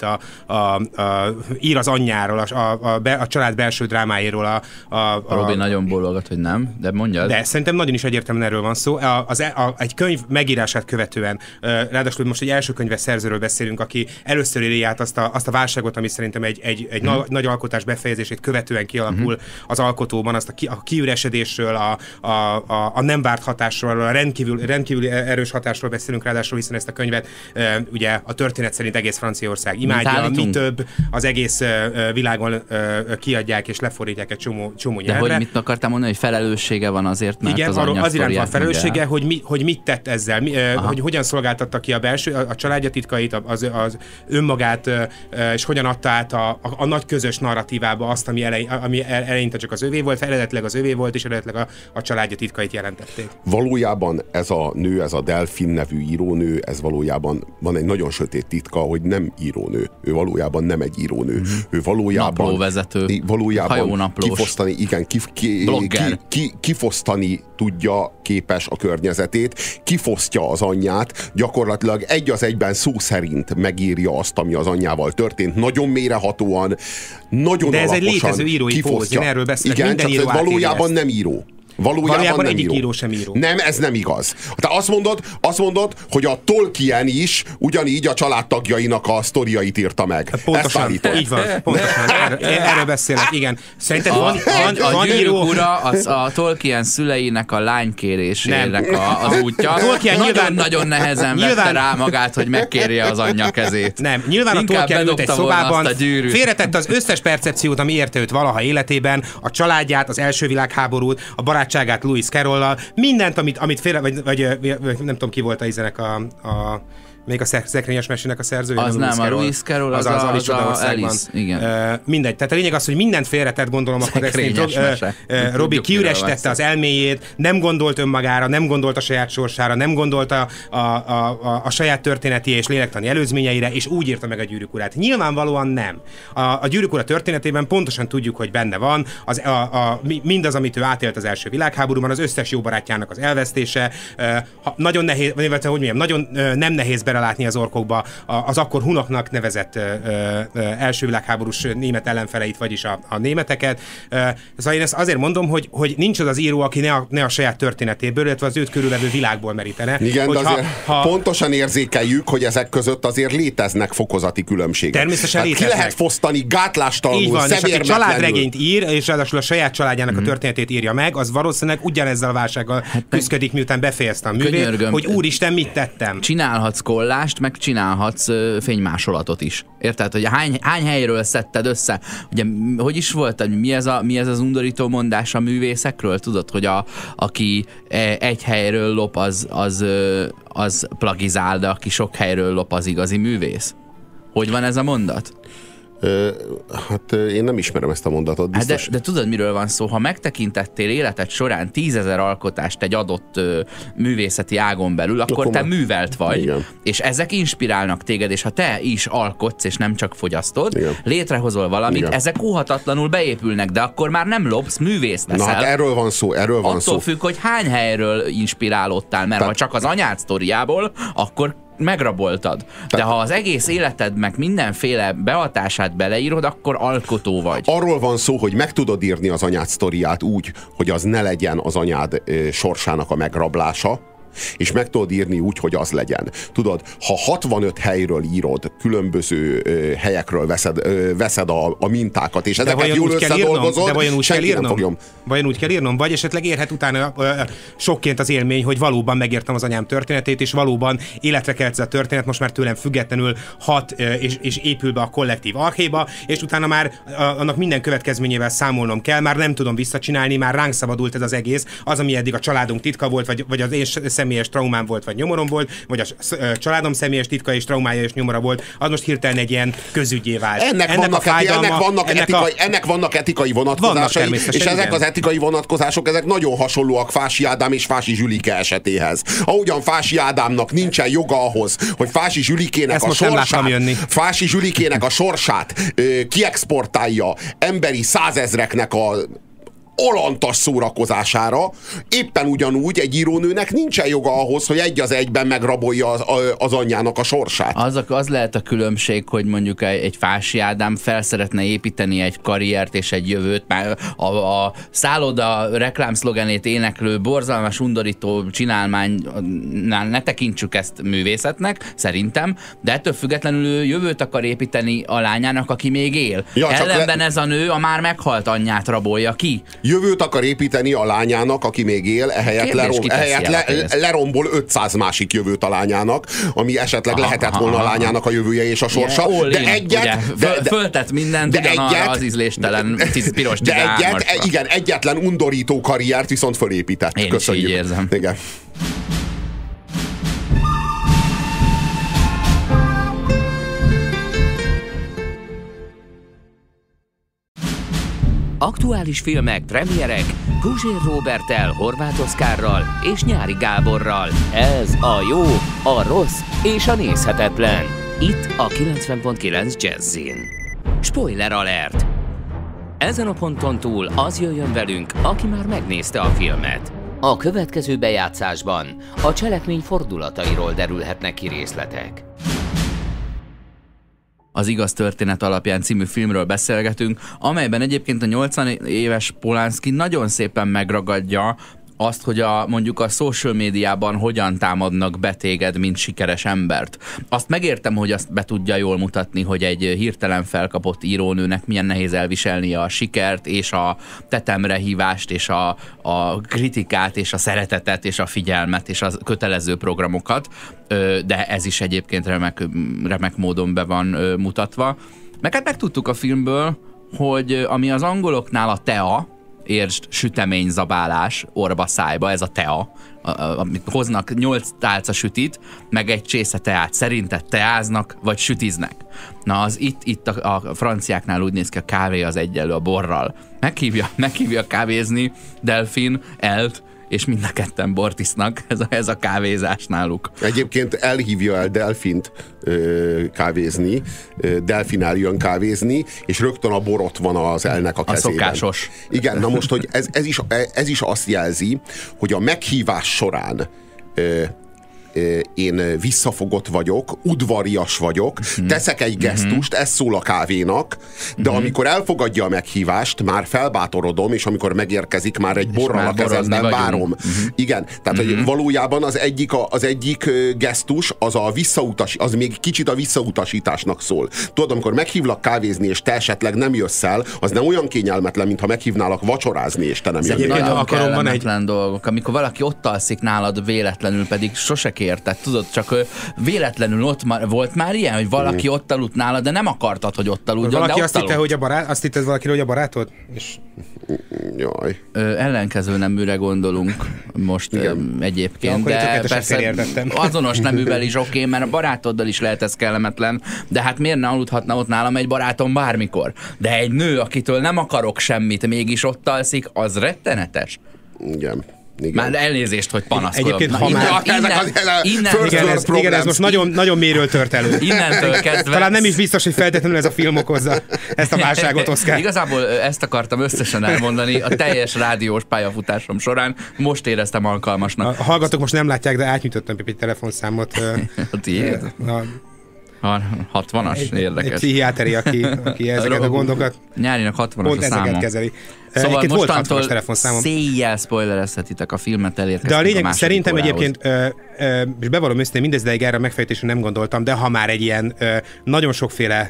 ír az anyjáról, a család belső drámáiról. Robi nagyon bólogat, hogy nem, de mondjad. De szerintem nagyon is egyértelműen erről van szó. Egy könyv megírását követően, ráadásul most egy első könyves szerzőről beszélünk, aki először éli át azt a válságot, ami szerintem egy nagy alkotás befejezését követően kialakul az alkotóban, azt a kiüresedésről, a nem várt hatásról, a rendkívül erős hatásról beszélünk, ráadásul hiszen ezt a könyvet ugye a történet szerint egész Franciaország imádja, mi több az egész világon kiadják és lefordítják egy csomó nyelvre. De hogy mit akartál mondani, hogy felelőssége van azért, mert igen, az iránt van felelőssége, hogy mit tett ezzel, hogy hogyan szolgáltatta ki a családja titkait, az önmagát, és hogyan adta át a nagy közös narratívába azt, ami eleinte csak az övé volt, eredetileg az övé volt, és eredetileg a családja titkait jelentették. Valójában ez a nő, ez a Delphine nevű írónő, ez valójában van egy nagyon sötét titka, hogy nem írónő. Ő valójában nem egy írónő. Ő valójában naplóvezető, kifosztani, igen, kifosztani tudja, képes a környezetét, kifosztja az anyját, gyakorlatilag egy az egyben szó szerint megírja azt, ami az anyjával történt, nagyon mélyrehatóan, nagyon de ez alaposan egy létező írói póz, én erről beszélek. Igen, csak ez valójában nem író. Valójában nem egyik író sem író. Nem, ez nem igaz. Te azt mondod, hogy a Tolkien is ugyanígy a családtagjainak a sztoriait írta meg. Pontosan, így van, pontosan. Erről beszélek, igen. Szerinted van író... Ura a Tolkien szüleinek a lánykérésének az útja. Nagyon nehezen vette rá magát, hogy megkérje az anyja kezét. Nem, nyilván a Tolkien ült egy szobában, félretette az összes percepciót, ami érte őt valaha életében, a családját, az első világháborút, a barátságát Lewis Carroll-lal, mindent, amit félre, vagy nem tudom ki volt még a szekrényes mesének a szerzője. Az nem, a Lewis Carroll, az Alice, igen. Mindegy. Tehát a lényeg az, hogy mindent félretett, gondolom, akkor Robi kiüresítette az elméjét, nem gondolt önmagára, nem gondolt a saját sorsára, nem gondolt a saját történeti és lélektani előzményeire, és úgy írta meg a Gyűrűk urát. Nyilvánvalóan nem. A Gyűrűk ura történetében pontosan tudjuk, hogy benne van mindaz, amit ő átélt az első világháborúban, az összes jó barátjának az elvesztése. Nagyon nehéz, nagyon nem nehéz belelátni az orkokba az akkor hunoknak nevezett első világháborús német ellenfeleit, vagyis a németeket. Szóval én ezt azért mondom, hogy nincs az író, aki ne a saját történetéből, illetve az őt körülvevő világból merítene. Igen, de azért pontosan érzékeljük, hogy ezek között azért léteznek fokozati különbségek. Természetesen léteznek. Ki lehet fosztani gátlástalul, szemérmetlenül. És aki családregényt ír, és ráadásul a saját családjának a történetét írja meg, az valószínűleg ugyanezzel a válsággal küszködik, miután befejezte a művét, hogy úristen, mit tettem. Csinálhatsz kollást, meg csinálhatsz fénymásolatot is. Érted, hogy hány helyről szedted össze? Ugye, hogy is volt, mi ez az undorító mondás a művészekről? Tudod, hogy aki egy helyről lop, az plagizál, de aki sok helyről lop, az igazi művész? Hogy van ez a mondat? Hát én nem ismerem ezt a mondatot, biztos. De tudod, miről van szó? Ha megtekintettél életed során 10 000 alkotást egy adott művészeti ágon belül, akkor te művelt vagy, igen. És ezek inspirálnak téged, és ha te is alkotsz, és nem csak fogyasztod, igen. Létrehozol valamit, igen. Ezek óhatatlanul beépülnek, de akkor már nem lopsz, művész leszel. Na hát erről van szó. Attól függ, hogy hány helyről inspirálódtál, mert ha csak az anyád sztoriából, akkor megraboltad. De ha az egész életed meg mindenféle behatását beleírod, akkor alkotó vagy. Arról van szó, hogy meg tudod írni az anyád sztoriát úgy, hogy az ne legyen az anyád sorsának a megrablása, és meg tudod írni úgy, hogy az legyen. Tudod, ha 65 helyről írod, különböző helyekről veszed a mintákat, és ezeket jól összedolgozod, senki nem fogja. Vajon úgy kell írnom? Vagy esetleg érhet utána sokként az élmény, hogy valóban megértem az anyám történetét, és valóban életre kelt ez a történet, most már tőlem függetlenül hat és épül be a kollektív archéba, és utána már annak minden következményével számolnom kell, már nem tudom visszacsinálni, már ránk szabadult ez az egész, az, ami eddig a családunk titka volt, vagy az én személyes traumám volt, vagy nyomorom volt, vagy a családom személyes titka és traumája és nyomora volt, az most hirtelen egy ilyen közügyé vált. Ennek vannak etikai vonatkozásai, és ezek az etikai vonatkozások, ezek nagyon hasonlóak Fási Ádám és Fási Zsülike esetéhez. Ahogyan Fási Ádámnak nincsen joga ahhoz, hogy Fási Zsülikének a sorsát kiexportálja emberi százezreknek a alantas szórakozására, éppen ugyanúgy egy írónőnek nincsen joga ahhoz, hogy egy az egyben megrabolja az anyjának a sorsát. Az lehet a különbség, hogy mondjuk egy Fási Ádám fel szeretne építeni egy karriert és egy jövőt, már a szálloda reklámszlogenét éneklő, borzalmas, undorító csinálmánynál ne tekintsük ezt művészetnek, szerintem, de ettől függetlenül ő jövőt akar építeni a lányának, aki még él. Ja, ellenben ez a nő a már meghalt anyját rabolja ki. Jövőt akar építeni a lányának, aki még él, ehelyett lerombol 500 másik jövőt a lányának, ami esetleg lehetett volna a lányának a jövője és a sorsa. Föltett mindent ugyanarra az ízléstelen piros 13-asra. Igen, egyetlen undorító karriert viszont fölépített. Én is így érzem. Igen. Aktuális filmek, premierek Puzsér Róberttel, Horváth Oszkárral és Nyári Gáborral. Ez a jó, a rossz és a nézhetetlen. Itt a 90.9 Jazzin. Spoiler alert! Ezen a ponton túl az jöjjön velünk, aki már megnézte a filmet. A következő bejátszásban a cselekmény fordulatairól derülhetnek ki részletek. Az Igaz történet alapján című filmről beszélgetünk, amelyben egyébként a 80 éves Polanski nagyon szépen megragadja azt, hogy mondjuk a social médiában hogyan támadnak be téged, mint sikeres embert. Azt megértem, hogy azt be tudja jól mutatni, hogy egy hirtelen felkapott írónőnek milyen nehéz elviselnie a sikert, és a tetemre hívást, és a kritikát, és a szeretetet, és a figyelmet, és a kötelező programokat, de ez is egyébként remek módon be van mutatva. Meg hát megtudtuk a filmből, hogy ami az angoloknál a tea, értsd, süteményzabálás orba szájba, ez a tea, amit hoznak 8 tálca sütit, meg egy csésze teát. Szerinted teáznak, vagy sütiznek? Na, az itt a franciáknál úgy néz ki, a kávé az egyenlő a borral. Meghívja kávézni Delfin, Elt, és mind a ketten bort isznak, ez a kávézás náluk. Egyébként elhívja el Delfint kávézni, Delfin eljön kávézni, és rögtön a bor ott van az Elnek a kezében. A szokásos. Igen, na most, hogy ez is azt jelzi, hogy a meghívás során én visszafogott vagyok, udvarias vagyok, teszek egy gesztust, ez szól a kávénak, de amikor elfogadja a meghívást, már felbátorodom, és amikor megérkezik, már egy borral a kezemben várom. Igen, tehát hogy valójában az egyik gesztus, az még kicsit a visszautasításnak szól. Tudod, amikor meghívlak kávézni, és te esetleg nem jössz el, az nem olyan kényelmetlen, mintha meghívnálak vacsorázni, és te nem jössz el. Nagyon kellemetlen dolgok, amikor valaki ott alszik nálad véletlenül, pedig sose érted, tudod, csak véletlenül ott volt már ilyen, hogy valaki ott aludt nálad, de nem akartad, hogy ott aludjon, valaki azt hitte, hogy azt hitted valakiről, hogy a barátod? És... Jaj. Ellenkező neműre gondolunk most egyébként, de persze azonos neművel is oké, mert a barátoddal is lehet ez kellemetlen, de hát miért ne aludhatna ott nálam egy barátom bármikor? De egy nő, akitől nem akarok semmit, mégis ott alszik, az rettenetes. Igen. Már elnézést, hogy panaszkodom. Egyébként, ez most nagyon, nagyon mélyről tört elő. Innentől kezdve... Talán nem is biztos, hogy feltétlenül ez a film okozza ezt a válságot, Oszkár. Igazából ezt akartam összesen elmondani a teljes rádiós pályafutásom során. Most éreztem alkalmasnak. A hallgatók most nem látják, de átnyújtottam egy telefonszámot. A tiéd? 60-as, érdekes. Egy pszichiáteri, aki ezeket a gondokat Nyárinak 60-as pont a számom. kezeli. Szóval mostantól telefonszámom. széjjel spoilerezhetitek a filmet, elérkeztünk. De a lényeg, szerintem órához. egyébként, és bevallom őszintén, mindezdáig erre a megfejtésre nem gondoltam, de ha már egy ilyen nagyon sokféle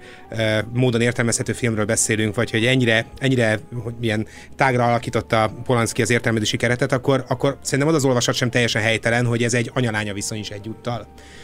módon értelmezhető filmről beszélünk, vagy hogy ennyire hogy milyen tágra alakította Polanski az értelmezési keretet, akkor szerintem az olvasat sem teljesen helytelen, hogy ez egy anya-lánya viszony is egyúttal.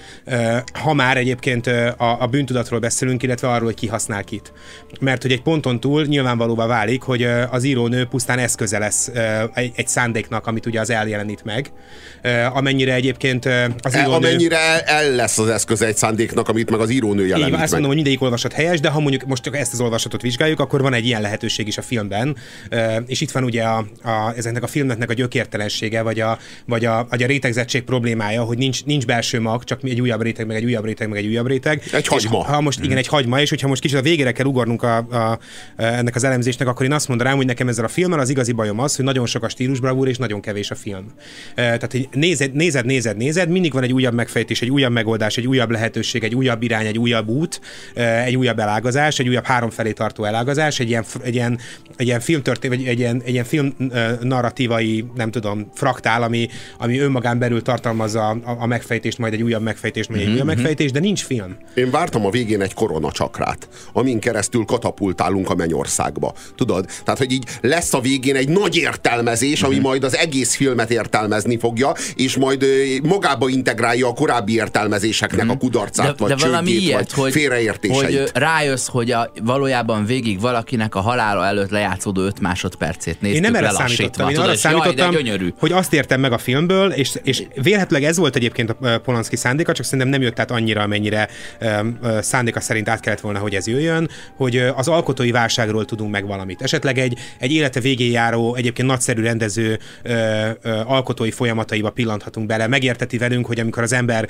Ha már egyébként a bűntudatról beszélünk, illetve arról, hogy ki használ kit. Mert hogy egy ponton túl nyilvánvalóvá válik, hogy az írónő pusztán eszköze lesz egy szándéknak, amit ugye az eljelenít meg. Amennyire egyébként az írónő... Amennyire el lesz az eszköze egy szándéknak, amit meg az írónő jelenít meg. Azt mondom, hogy mindegyik olvasat helyes, de ha mondjuk most csak ezt az olvasatot vizsgáljuk, akkor van egy ilyen lehetőség is a filmben. És itt van ugye ezeknek a filmeknek a gyökértelensége, vagy a rétegzettség problémája, hogy nincs belső mag, csak egy újabb réteg, meg egy újabb réteg, meg egy újabb réteg. Egy hagyma. Ha most, igen, egy hagyma, és hogyha most kicsit a végére kell ugornunk ennek az elemzésnek, akkor én azt mondanám, hogy nekem ezzel a filmmel az igazi bajom az, hogy nagyon sok a stílusbravúr, és nagyon kevés a film. Tehát, hogy nézed, mindig van egy újabb megfejtés, egy újabb megoldás, egy újabb lehetőség, egy újabb irány, egy újabb út, egy újabb elágazás, egy újabb háromfelé tartó elágazás, egy ilyen filmtörténet, vagy egy ilyen film narratívai, nem tudom, fraktál, ami önmagán belül tartalmazza a megfejtést, majd egy újabb megfejtést, vagy egy újabb megfejtés, de nincs film. Én vártam a végén egy koronacsakrát, amin keresztül katapultálunk a mennyországba. Tudod? Tehát, hogy így lesz a végén egy nagy értelmezés, ami majd az egész filmet értelmezni fogja, és majd magába integrálja a korábbi értelmezéseknek a kudarcát, vagy csődjét, vagy félreértéseit. Hogy rájössz, hogy valójában végig valakinek a halála előtt lejátszódó 5 másodpercét néztük. Én nem erre számítottam. Én arra számítottam, hogy azt értem meg a filmből, és vélhetőleg ez volt egyébként a Polanski szándéka, csak szerintem nem jött át annyira, amennyire szándéka szerint át kellett volna, hogy ez jöjjön, hogy az alkotói válságról tudunk meg valamit. Esetleg egy élete végén járó, egyébként nagyszerű rendező alkotói folyamataiba pillanthatunk bele. Megérteti velünk, hogy amikor az ember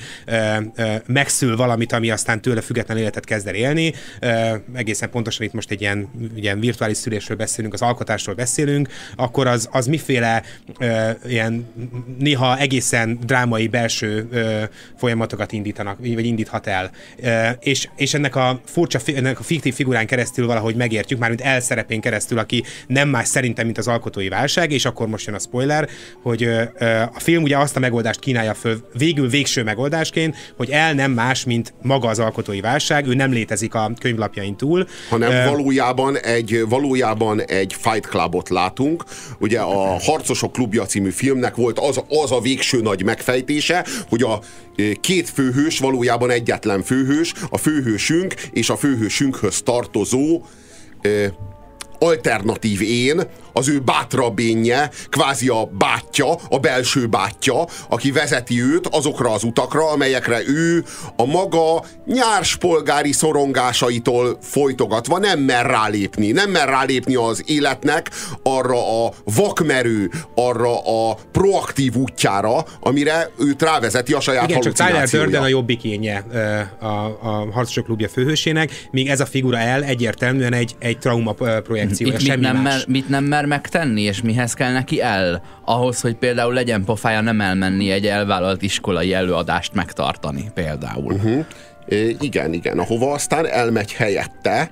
megszül valamit, ami aztán tőle független életet kezd el élni, egészen pontosan itt most egy ilyen virtuális szülésről beszélünk, az alkotásról beszélünk, akkor az miféle ilyen néha egészen drámai belső folyamatokat indítanak, vagy indíthat el. És ennek a fiktív figurán keresztül valahogy megértjük, mármint elszerepén keresztül, aki nem más szerintem, mint az alkotói válság, és akkor most jön a spoiler, hogy a film ugye azt a megoldást kínálja föl végső megoldásként, hogy nem más, mint maga az alkotói válság, ő nem létezik a könyvlapjain túl. Hanem valójában egy Fight Clubot látunk. Ugye a Harcosok klubja című filmnek volt az a végső nagy megfejtése, hogy a két főhős valójában egyetlen főhős, a főhősünk és a főhősünkhöz tartozó alternatív én, az ő bátrabb énje, kvázi a bátyja, a belső bátyja, aki vezeti őt azokra az utakra, amelyekre ő a maga nyárspolgári szorongásaitól folytogatva nem mer rálépni az életnek arra a vakmerő, arra a proaktív útjára, amire őt rávezeti a saját halucinációja. Igen, csak Tyler Durden a jobbik énje a Harcosok klubja főhősének, míg ez a figura egyértelműen egy trauma projekciója, semmi más. Mit nem mer megtenni, és mihez kell neki ahhoz, hogy például legyen pofája nem elmenni egy elvállalt iskolai előadást megtartani például. Igen, ahova aztán elmegy helyette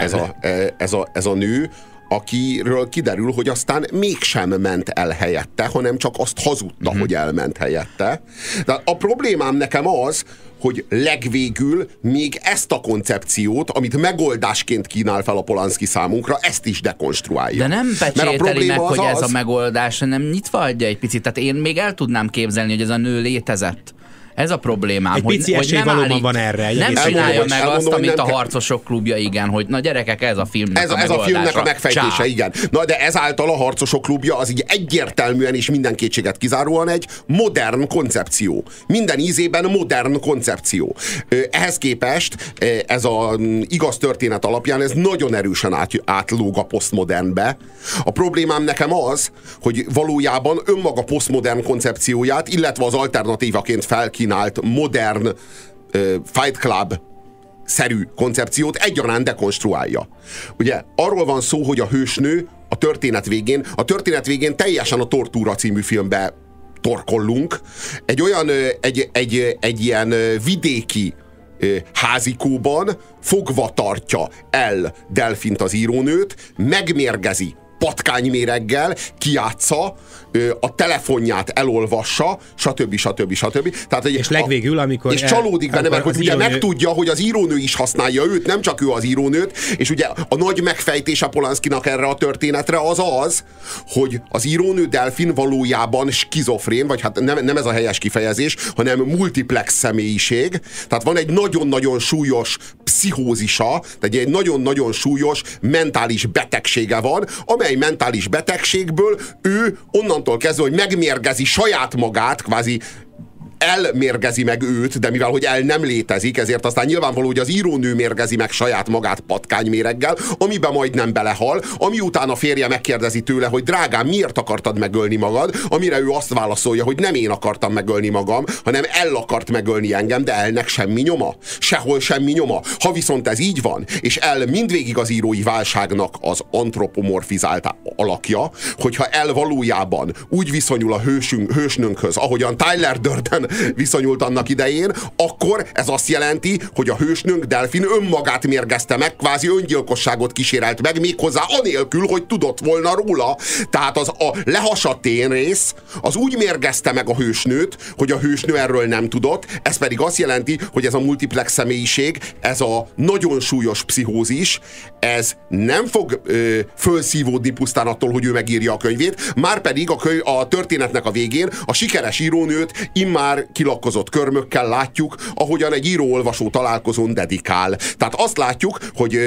ez a nő, akiről kiderül, hogy aztán mégsem ment el helyette, hanem csak azt hazudta, hogy elment helyette. De a problémám nekem az, hogy legvégül még ezt a koncepciót, amit megoldásként kínál fel a Polanski számunkra, ezt is dekonstruálja. De nem pecsételi meg, hogy ez a megoldás, hanem nyitva adja egy picit. Tehát én még el tudnám képzelni, hogy ez a nő létezett. Ez a problémám, egy hogy nem valóban van erre. Nem csinálja meg azt, amit a Harcosok klubja, igen, hogy na gyerekek, ez a filmnek ez a filmnek a megfejtése, igen. Na de ezáltal a Harcosok klubja az így egyértelműen és minden kétséget kizáróan egy modern koncepció. Minden ízében modern koncepció. Ehhez képest ez az igaz történet alapján ez nagyon erősen átlóg a posztmodernbe. A problémám nekem az, hogy valójában önmaga posztmodern koncepcióját, illetve az alternatívaként felkínált modern Fight Club-szerű koncepciót egyaránt dekonstruálja. Ugye arról van szó, hogy a hősnő a történet végén teljesen a Tortúra című filmbe torkollunk. Egy ilyen vidéki házikóban fogva tartja el Delphint, az írónőt, megmérgezi patkányméreggel, kiátsza, a telefonját elolvassa, stb. Tehát, és legvégül, amikor... És csalódik benne, mert hogy ugye megtudja, hogy az írónő is használja őt, nem csak ő az írónőt, és ugye a nagy megfejtése Polanskinak erre a történetre az, hogy az írónő Delphin valójában skizofrén, vagy hát nem ez a helyes kifejezés, hanem multiplex személyiség, tehát van egy nagyon-nagyon súlyos pszichózisa, tehát egy nagyon-nagyon súlyos mentális betegsége van, amely mentális betegségből ő onnantól kezdve, hogy megmérgezi saját magát, kvázi elmérgezi meg őt, de mivel hogy el nem létezik, ezért aztán nyilvánvaló, hogy az írónő mérgezi meg saját magát patkányméreggel, amiben majdnem belehal, ami után a férje megkérdezi tőle, hogy drágám, miért akartad megölni magad, amire ő azt válaszolja, hogy nem én akartam megölni magam, hanem El akart megölni engem, de Elnek semmi nyoma. Sehol semmi nyoma. Ha viszont ez így van, és El mindvégig az írói válságnak az antropomorfizált alakja, hogyha El valójában úgy viszonyul a hősnőnkhöz, ahogyan Tyler Durden viszonyult annak idején, akkor ez azt jelenti, hogy a hősnőnk Delphin önmagát mérgezte meg, kvázi öngyilkosságot kísérelt meg, méghozzá anélkül, hogy tudott volna róla. Tehát az a lehasadt rész az úgy mérgezte meg a hősnőt, hogy a hősnő erről nem tudott, ez pedig azt jelenti, hogy ez a multiplex személyiség, ez a nagyon súlyos pszichózis, ez nem fog fölszívódni pusztán attól, hogy ő megírja a könyvét, márpedig a történetnek a végén a sikeres írónőt immár kilakkozott körmökkel látjuk, ahogyan egy író-olvasó találkozón dedikál. Tehát azt látjuk,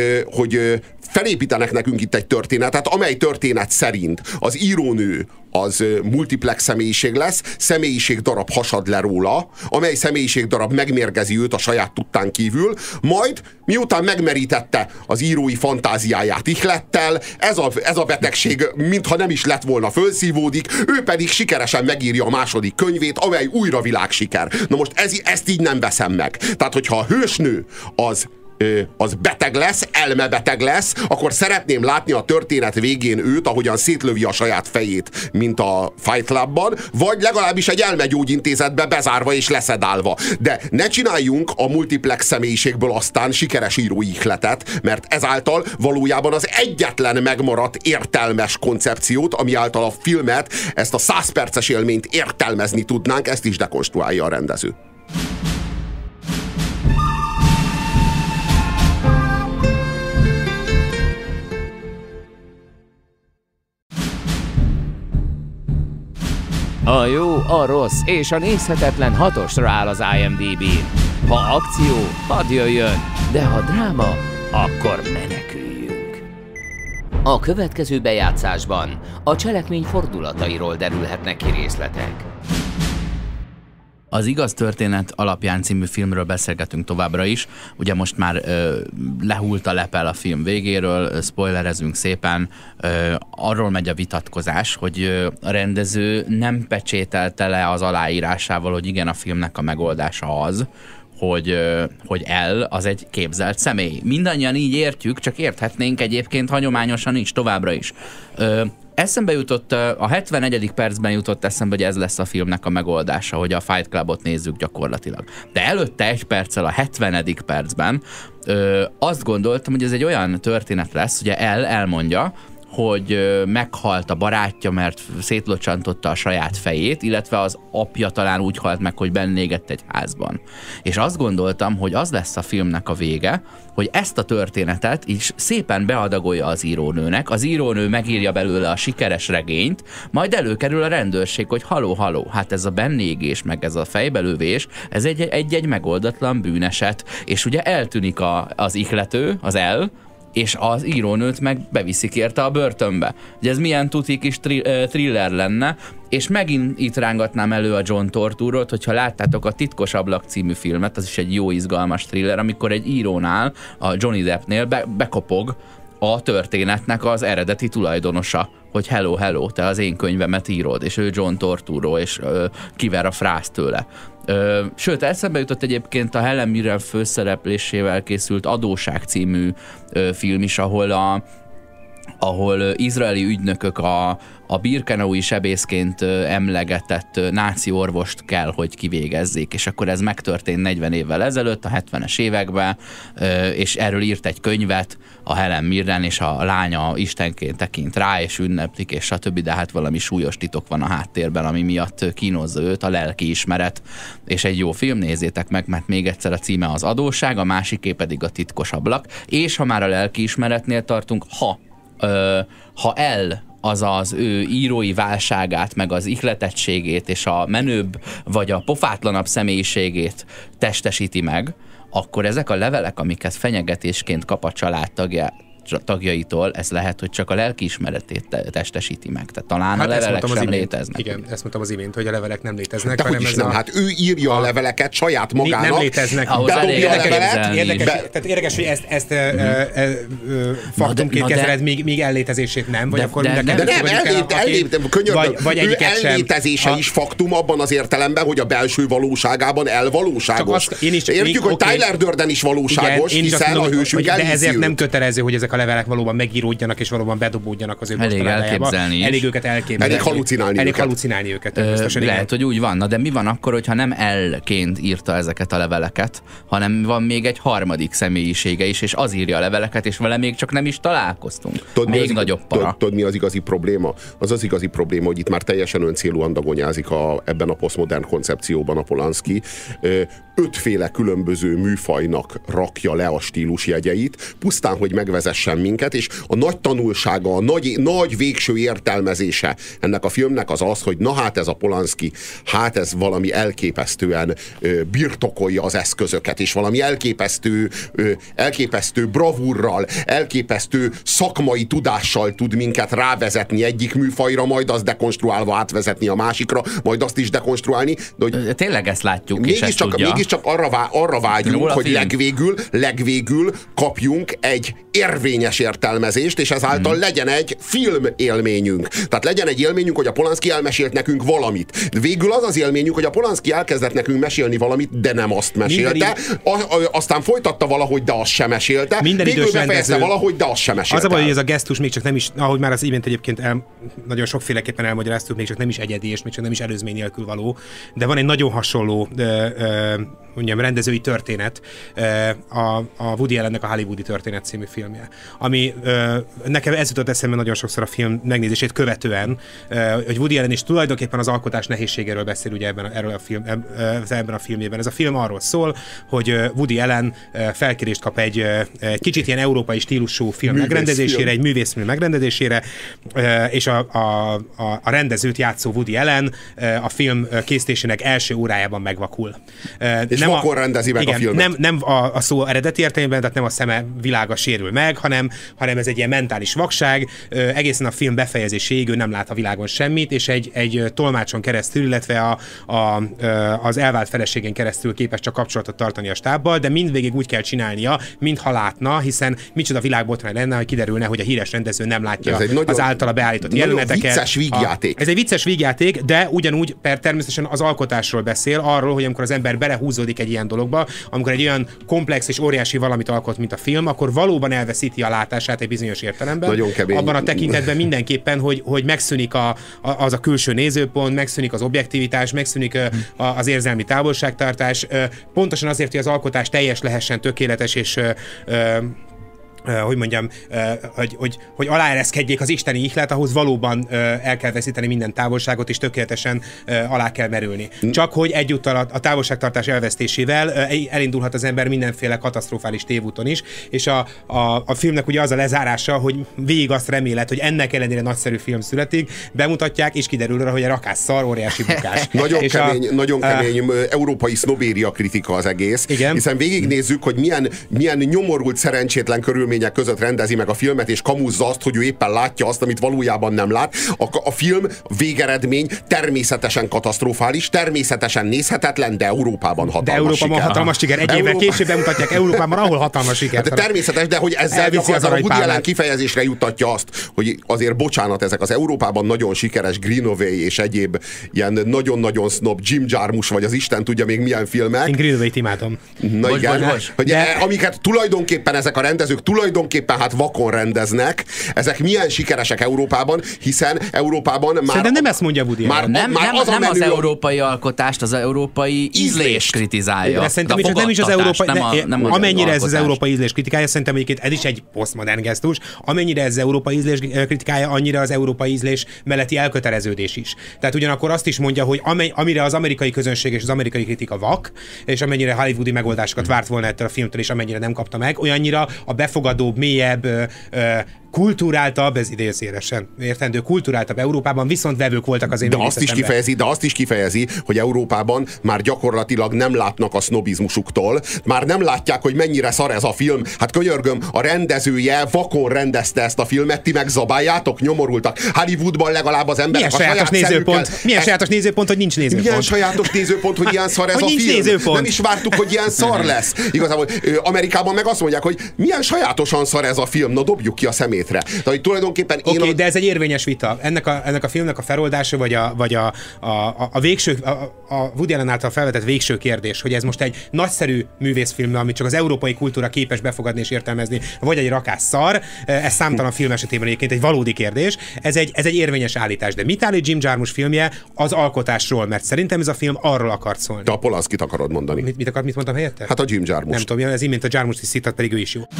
hogy felépítenek nekünk itt egy történetet, amely történet szerint az írónő az multiplex személyiség lesz, személyiség darab hasad le róla, amely személyiség darab megmérgezi őt a saját tudtán kívül, majd miután megmerítette az írói fantáziáját ihlettel, ez a betegség mintha nem is lett volna, fölszívódik, ő pedig sikeresen megírja a második könyvét, amely újra világsiker. Na most ezt így nem veszem meg. Tehát, hogyha a hősnő az beteg lesz, elmebeteg lesz, akkor szeretném látni a történet végén őt, ahogyan szétlövi a saját fejét, mint a Fight Clubban, vagy legalábbis egy elmegyógyintézetbe bezárva és leszedálva. De ne csináljunk a multiplex személyiségből aztán sikeres írói ihletet, mert ezáltal valójában az egyetlen megmaradt értelmes koncepciót, ami által a filmet, ezt a 100 perces élményt értelmezni tudnánk, ezt is dekonstruálja a rendező. A jó, a rossz és a nézhetetlen 6-osra áll az IMDb-n. Ha akció, hadd jöjjön, de ha dráma, akkor meneküljünk. A következő bejátszásban a cselekmény fordulatairól derülhetnek ki részletek. Az Igaz történet alapján című filmről beszélgetünk továbbra is. Ugye most már lehult a lepel a film végéről, spoilerezünk szépen. Arról megy a vitatkozás, hogy a rendező nem pecsételte le az aláírásával, hogy igen, a filmnek a megoldása az, hogy El az egy képzelt személy. Mindannyian így értjük, csak érthetnénk egyébként hagyományosan is, továbbra is. Eszembe jutott, a 71. percben jutott eszembe, hogy ez lesz a filmnek a megoldása, hogy a Fight Clubot nézzük gyakorlatilag. De előtte egy perccel a 70. percben azt gondoltam, hogy ez egy olyan történet lesz, ugye elmondja, hogy meghalt a barátja, mert szétlocsantotta a saját fejét, illetve az apja talán úgy halt meg, hogy bennégett egy házban. És azt gondoltam, hogy az lesz a filmnek a vége, hogy ezt a történetet is szépen beadagolja az írónőnek, az írónő megírja belőle a sikeres regényt, majd előkerül a rendőrség, hogy haló, hát ez a bennégés, meg ez a fejbelövés, ez egy megoldatlan bűneset, és ugye eltűnik az ihlető, az El, és az írónőt meg beviszik érte a börtönbe. Ugye ez milyen tuti kis thriller lenne, és megint itt rángatnám elő a John Torturot, hogyha láttátok a Titkos ablak című filmet, az is egy jó izgalmas thriller, amikor egy írónál, a Johnny Deppnél bekopog a történetnek az eredeti tulajdonosa, hogy hello, te az én könyvemet írod, és ő John Torturo, és kiver a frász tőle. Sőt, eszembe jutott egyébként a Helen Mirren főszereplésével készült Adóság című film is, ahol ahol izraeli ügynökök a birkenaui sebészként emlegetett náci orvost kell, hogy kivégezzék, és akkor ez megtörtént 40 évvel ezelőtt, a 70-es években, és erről írt egy könyvet a Helen Mirren, és a lánya istenként tekint rá, és ünneplik, és stb., de hát valami súlyos titok van a háttérben, ami miatt kínozza őt, a lelkiismeret, és egy jó film, nézzétek meg, mert még egyszer a címe az Adósság, a másiké pedig a Titkos ablak, és ha már a lelkiismeretnél tartunk, ha az ő írói válságát, meg az ihletettségét és a menőbb vagy a pofátlanabb személyiségét testesíti meg, akkor ezek a levelek, amiket fenyegetésként kap a családtagjaitól, ez lehet, hogy csak a lelkiismeretét testesíti meg. Tehát talán a levelek sem léteznek. Igen, ezt mondtam az imént, hogy a levelek nem léteznek. De hanem nem, hát ő írja a leveleket saját magának. Nem léteznek. Bedobja a levelet. Tehát érdekes, hogy ezt faktumként kezeled, míg ellétezését nem, vagy akkor vagy egyiket sem. Ellétezése is faktum abban az értelemben, hogy a belső valóságában elvalóságos. Értjük, hogy Tyler Durden is valóságos, hiszen a hősünk elhízült. De ezért nem kötelező, hogy ezek a levelek valóban megíródjanak, és valóban bedobódjanak az ő postalájába. Elég őket elképzelni. Elég halucinálni őket. Lehet, hogy úgy van. Na, de mi van akkor, hogyha nem L-ként írta ezeket a leveleket, hanem van még egy harmadik személyisége is, és az írja a leveleket, és vele még csak nem is találkoztunk. Még nagyobb para. Tudod, mi az igazi probléma? Az igazi probléma, hogy itt már teljesen öncélúan dagonyázik ebben a posztmodern koncepcióban a Polanski. Ötféle különböző műfajnak rakja le a stílusjegyeit, pusztán, hogy megvezessen minket, és a nagy tanulsága, a nagy végső értelmezése ennek a filmnek az az, hogy na hát ez a Polanski, hát ez valami elképesztően birtokolja az eszközöket, és valami elképesztő bravúrral, elképesztő szakmai tudással tud minket rávezetni egyik műfajra, majd azt dekonstruálva átvezetni a másikra, majd azt is dekonstruálni. De hogy tényleg ezt látjuk, és ezt tudja. Mégiscsak arra vágyunk, hogy legvégül kapjunk egy érvényes értelmezést, és ezáltal legyen egy film élményünk. Tehát legyen egy élményünk, hogy a Polanski elmesélt nekünk valamit. Végül az élményünk, hogy a Polanski elkezdett nekünk mesélni valamit, de nem azt mesélte. Aztán folytatta valahogy, de azt sem mesélte. Végül befejezte valahogy, de azt sem mesélte. Az a baj, hogy ez a gesztus még csak nem is, ahogy már az imént egyébként nagyon sokféleképpen elmagyaráztuk, még csak nem is egyedi, és még csak nem is előzmény nélkül való, de van egy nagyon hasonló mondjam, rendezői történet, a Woody Allennek a Hollywoodi történet című filmje. Ami nekem ez jutott eszembe nagyon sokszor a film megnézését követően, hogy Woody Allen is tulajdonképpen az alkotás nehézségéről beszél ugye ebben a filmjében. Ez a film arról szól, hogy Woody Allen felkérést kap egy kicsit ilyen európai stílusú film megrendezésére, egy művészfilm megrendezésére, és a rendezőt játszó Woody Allen a film készítésének első órájában megvakul. És nem akkor rendezi meg a filmet. Nem a szó eredeti értelemben, tehát nem a szeme világa sérül meg, hanem ez egy ilyen mentális vakság. Egészen a film befejezéséig ő nem lát a világon semmit, és egy tolmácson keresztül, illetve az elvált feleségén keresztül képes csak kapcsolatot tartani a stábbal, de mindvégig úgy kell csinálnia, mintha látna, hiszen micsoda világbotrány lenne, hogy kiderülne, hogy a híres rendező nem látja az általa beállított jeleneteket. Vicces vígjáték. Ez egy vicces vígjáték, de ugyanúgy természetesen az alkotásról beszél, arról, hogy amikor az ember belehúzódik egy ilyen dologba, amikor egy olyan komplex és óriási valamit alkot, mint a film, akkor valóban elveszíti a látását egy bizonyos értelemben. Nagyon kemény. Abban a tekintetben mindenképpen, hogy megszűnik az a külső nézőpont, megszűnik az objektivitás, megszűnik az érzelmi távolságtartás, pontosan azért, hogy az alkotás teljes lehessen, tökéletes és hogy mondjam, hogy aláereszkedjék az isteni ihlet, ahhoz valóban el kell veszíteni minden távolságot, és tökéletesen alá kell merülni. Csak hogy egyúttal a távolságtartás elvesztésével elindulhat az ember mindenféle katasztrofális tévúton is, és a filmnek ugye az a lezárása, hogy végig azt reméled, hogy ennek ellenére nagyszerű film születik, bemutatják, és kiderül rá, hogy a rakásszar óriási bukás. Nagyon kemény európai sznobéria kritika az egész, igen? Hiszen végignézzük, hogy milyen nyomorult, szerencsétlen körülmények között rendezi meg a filmet, és kamuzza azt, hogy ő éppen látja azt, amit valójában nem lát. A film végeredmény természetesen katasztrofális, természetesen nézhetetlen, de Európában hatalmas siker. De Európában hatalmas siker. Egy évvel később bemutatják Európában, ahol hatalmas siker. Hát természetes, de hogy ezzel a Woody Allen kifejezésre juttatja azt, hogy azért bocsánat, ezek az Európában nagyon sikeres Greenaway és egyéb ilyen nagyon-nagyon snob Jim Jarmusch, vagy az Isten tudja még milyen filmek. Én Greenaway-t imádom. Na igen, hogy amiket tulajdonképpen ezek a rendezők tulajdonképpen hát vakon rendeznek, ezek milyen sikeresek Európában, hiszen Európában már... Szerintem nem ezt mondja Woody Allen. Nem az európai alkotást, az európai ízlés kritizálja. De szerintem nem is az európai... Amennyire ez az európai ízlés kritikája, szerintem egyébként ez is egy posztmodern gesztus, amennyire ez az európai ízlés kritikája, annyira az európai ízlés melletti elköteleződés is. Tehát ugyanakkor azt is mondja, hogy amire az amerikai közönség és az amerikai kritika vak, és amennyire hollywoodi megoldásokat várt volna ettől a filmtől, és amennyire nem kapta meg, olyannyira a befogadóbb, mélyebb, kulturáltabb, ez idézőjelesen értendő, kulturáltabb Európában viszont vevők voltak az én de azt is kifejezi, hogy Európában már gyakorlatilag nem látnak a sznobizmusuktól, már nem látják, hogy mennyire szar ez a film. Hát könyörgöm, a rendezője vakon rendezte ezt a filmet, ti megzabáljátok, nyomorultak. Hollywoodban legalább az emberek milyen sajátos nézőpont? Milyen sajátos nézőpont, hogy nincs nézőpont? Milyen sajátos nézőpont, hogy ilyen szar ez a film? Nem is vártuk, hogy ilyen szar lesz. Igazából Amerikában meg azt mondják, hogy milyen sajátosan szar ez a film, na dobjuk ki a szemétre. Tehát tulajdonképpen de ez egy érvényes vita. Ennek a filmnek a feloldása, vagy a végső, a Woody Allen által felvetett végső kérdés, hogy ez most egy nagyszerű művészfilm, amit csak az európai kultúra képes befogadni és értelmezni, vagy egy rakás szar, ez számtalan film esetében egyébként egy valódi kérdés. Ez egy érvényes állítás. De mit állít Jim Jarmusch filmje az alkotásról? Mert szerintem ez a film arról akart szólni. De a Polanskit akarod mondani. Mit mondtam helyette? Hát a Jim Jarmusch. Nem tudom, ez imént a Jarmusch citat, pedig ő is jó.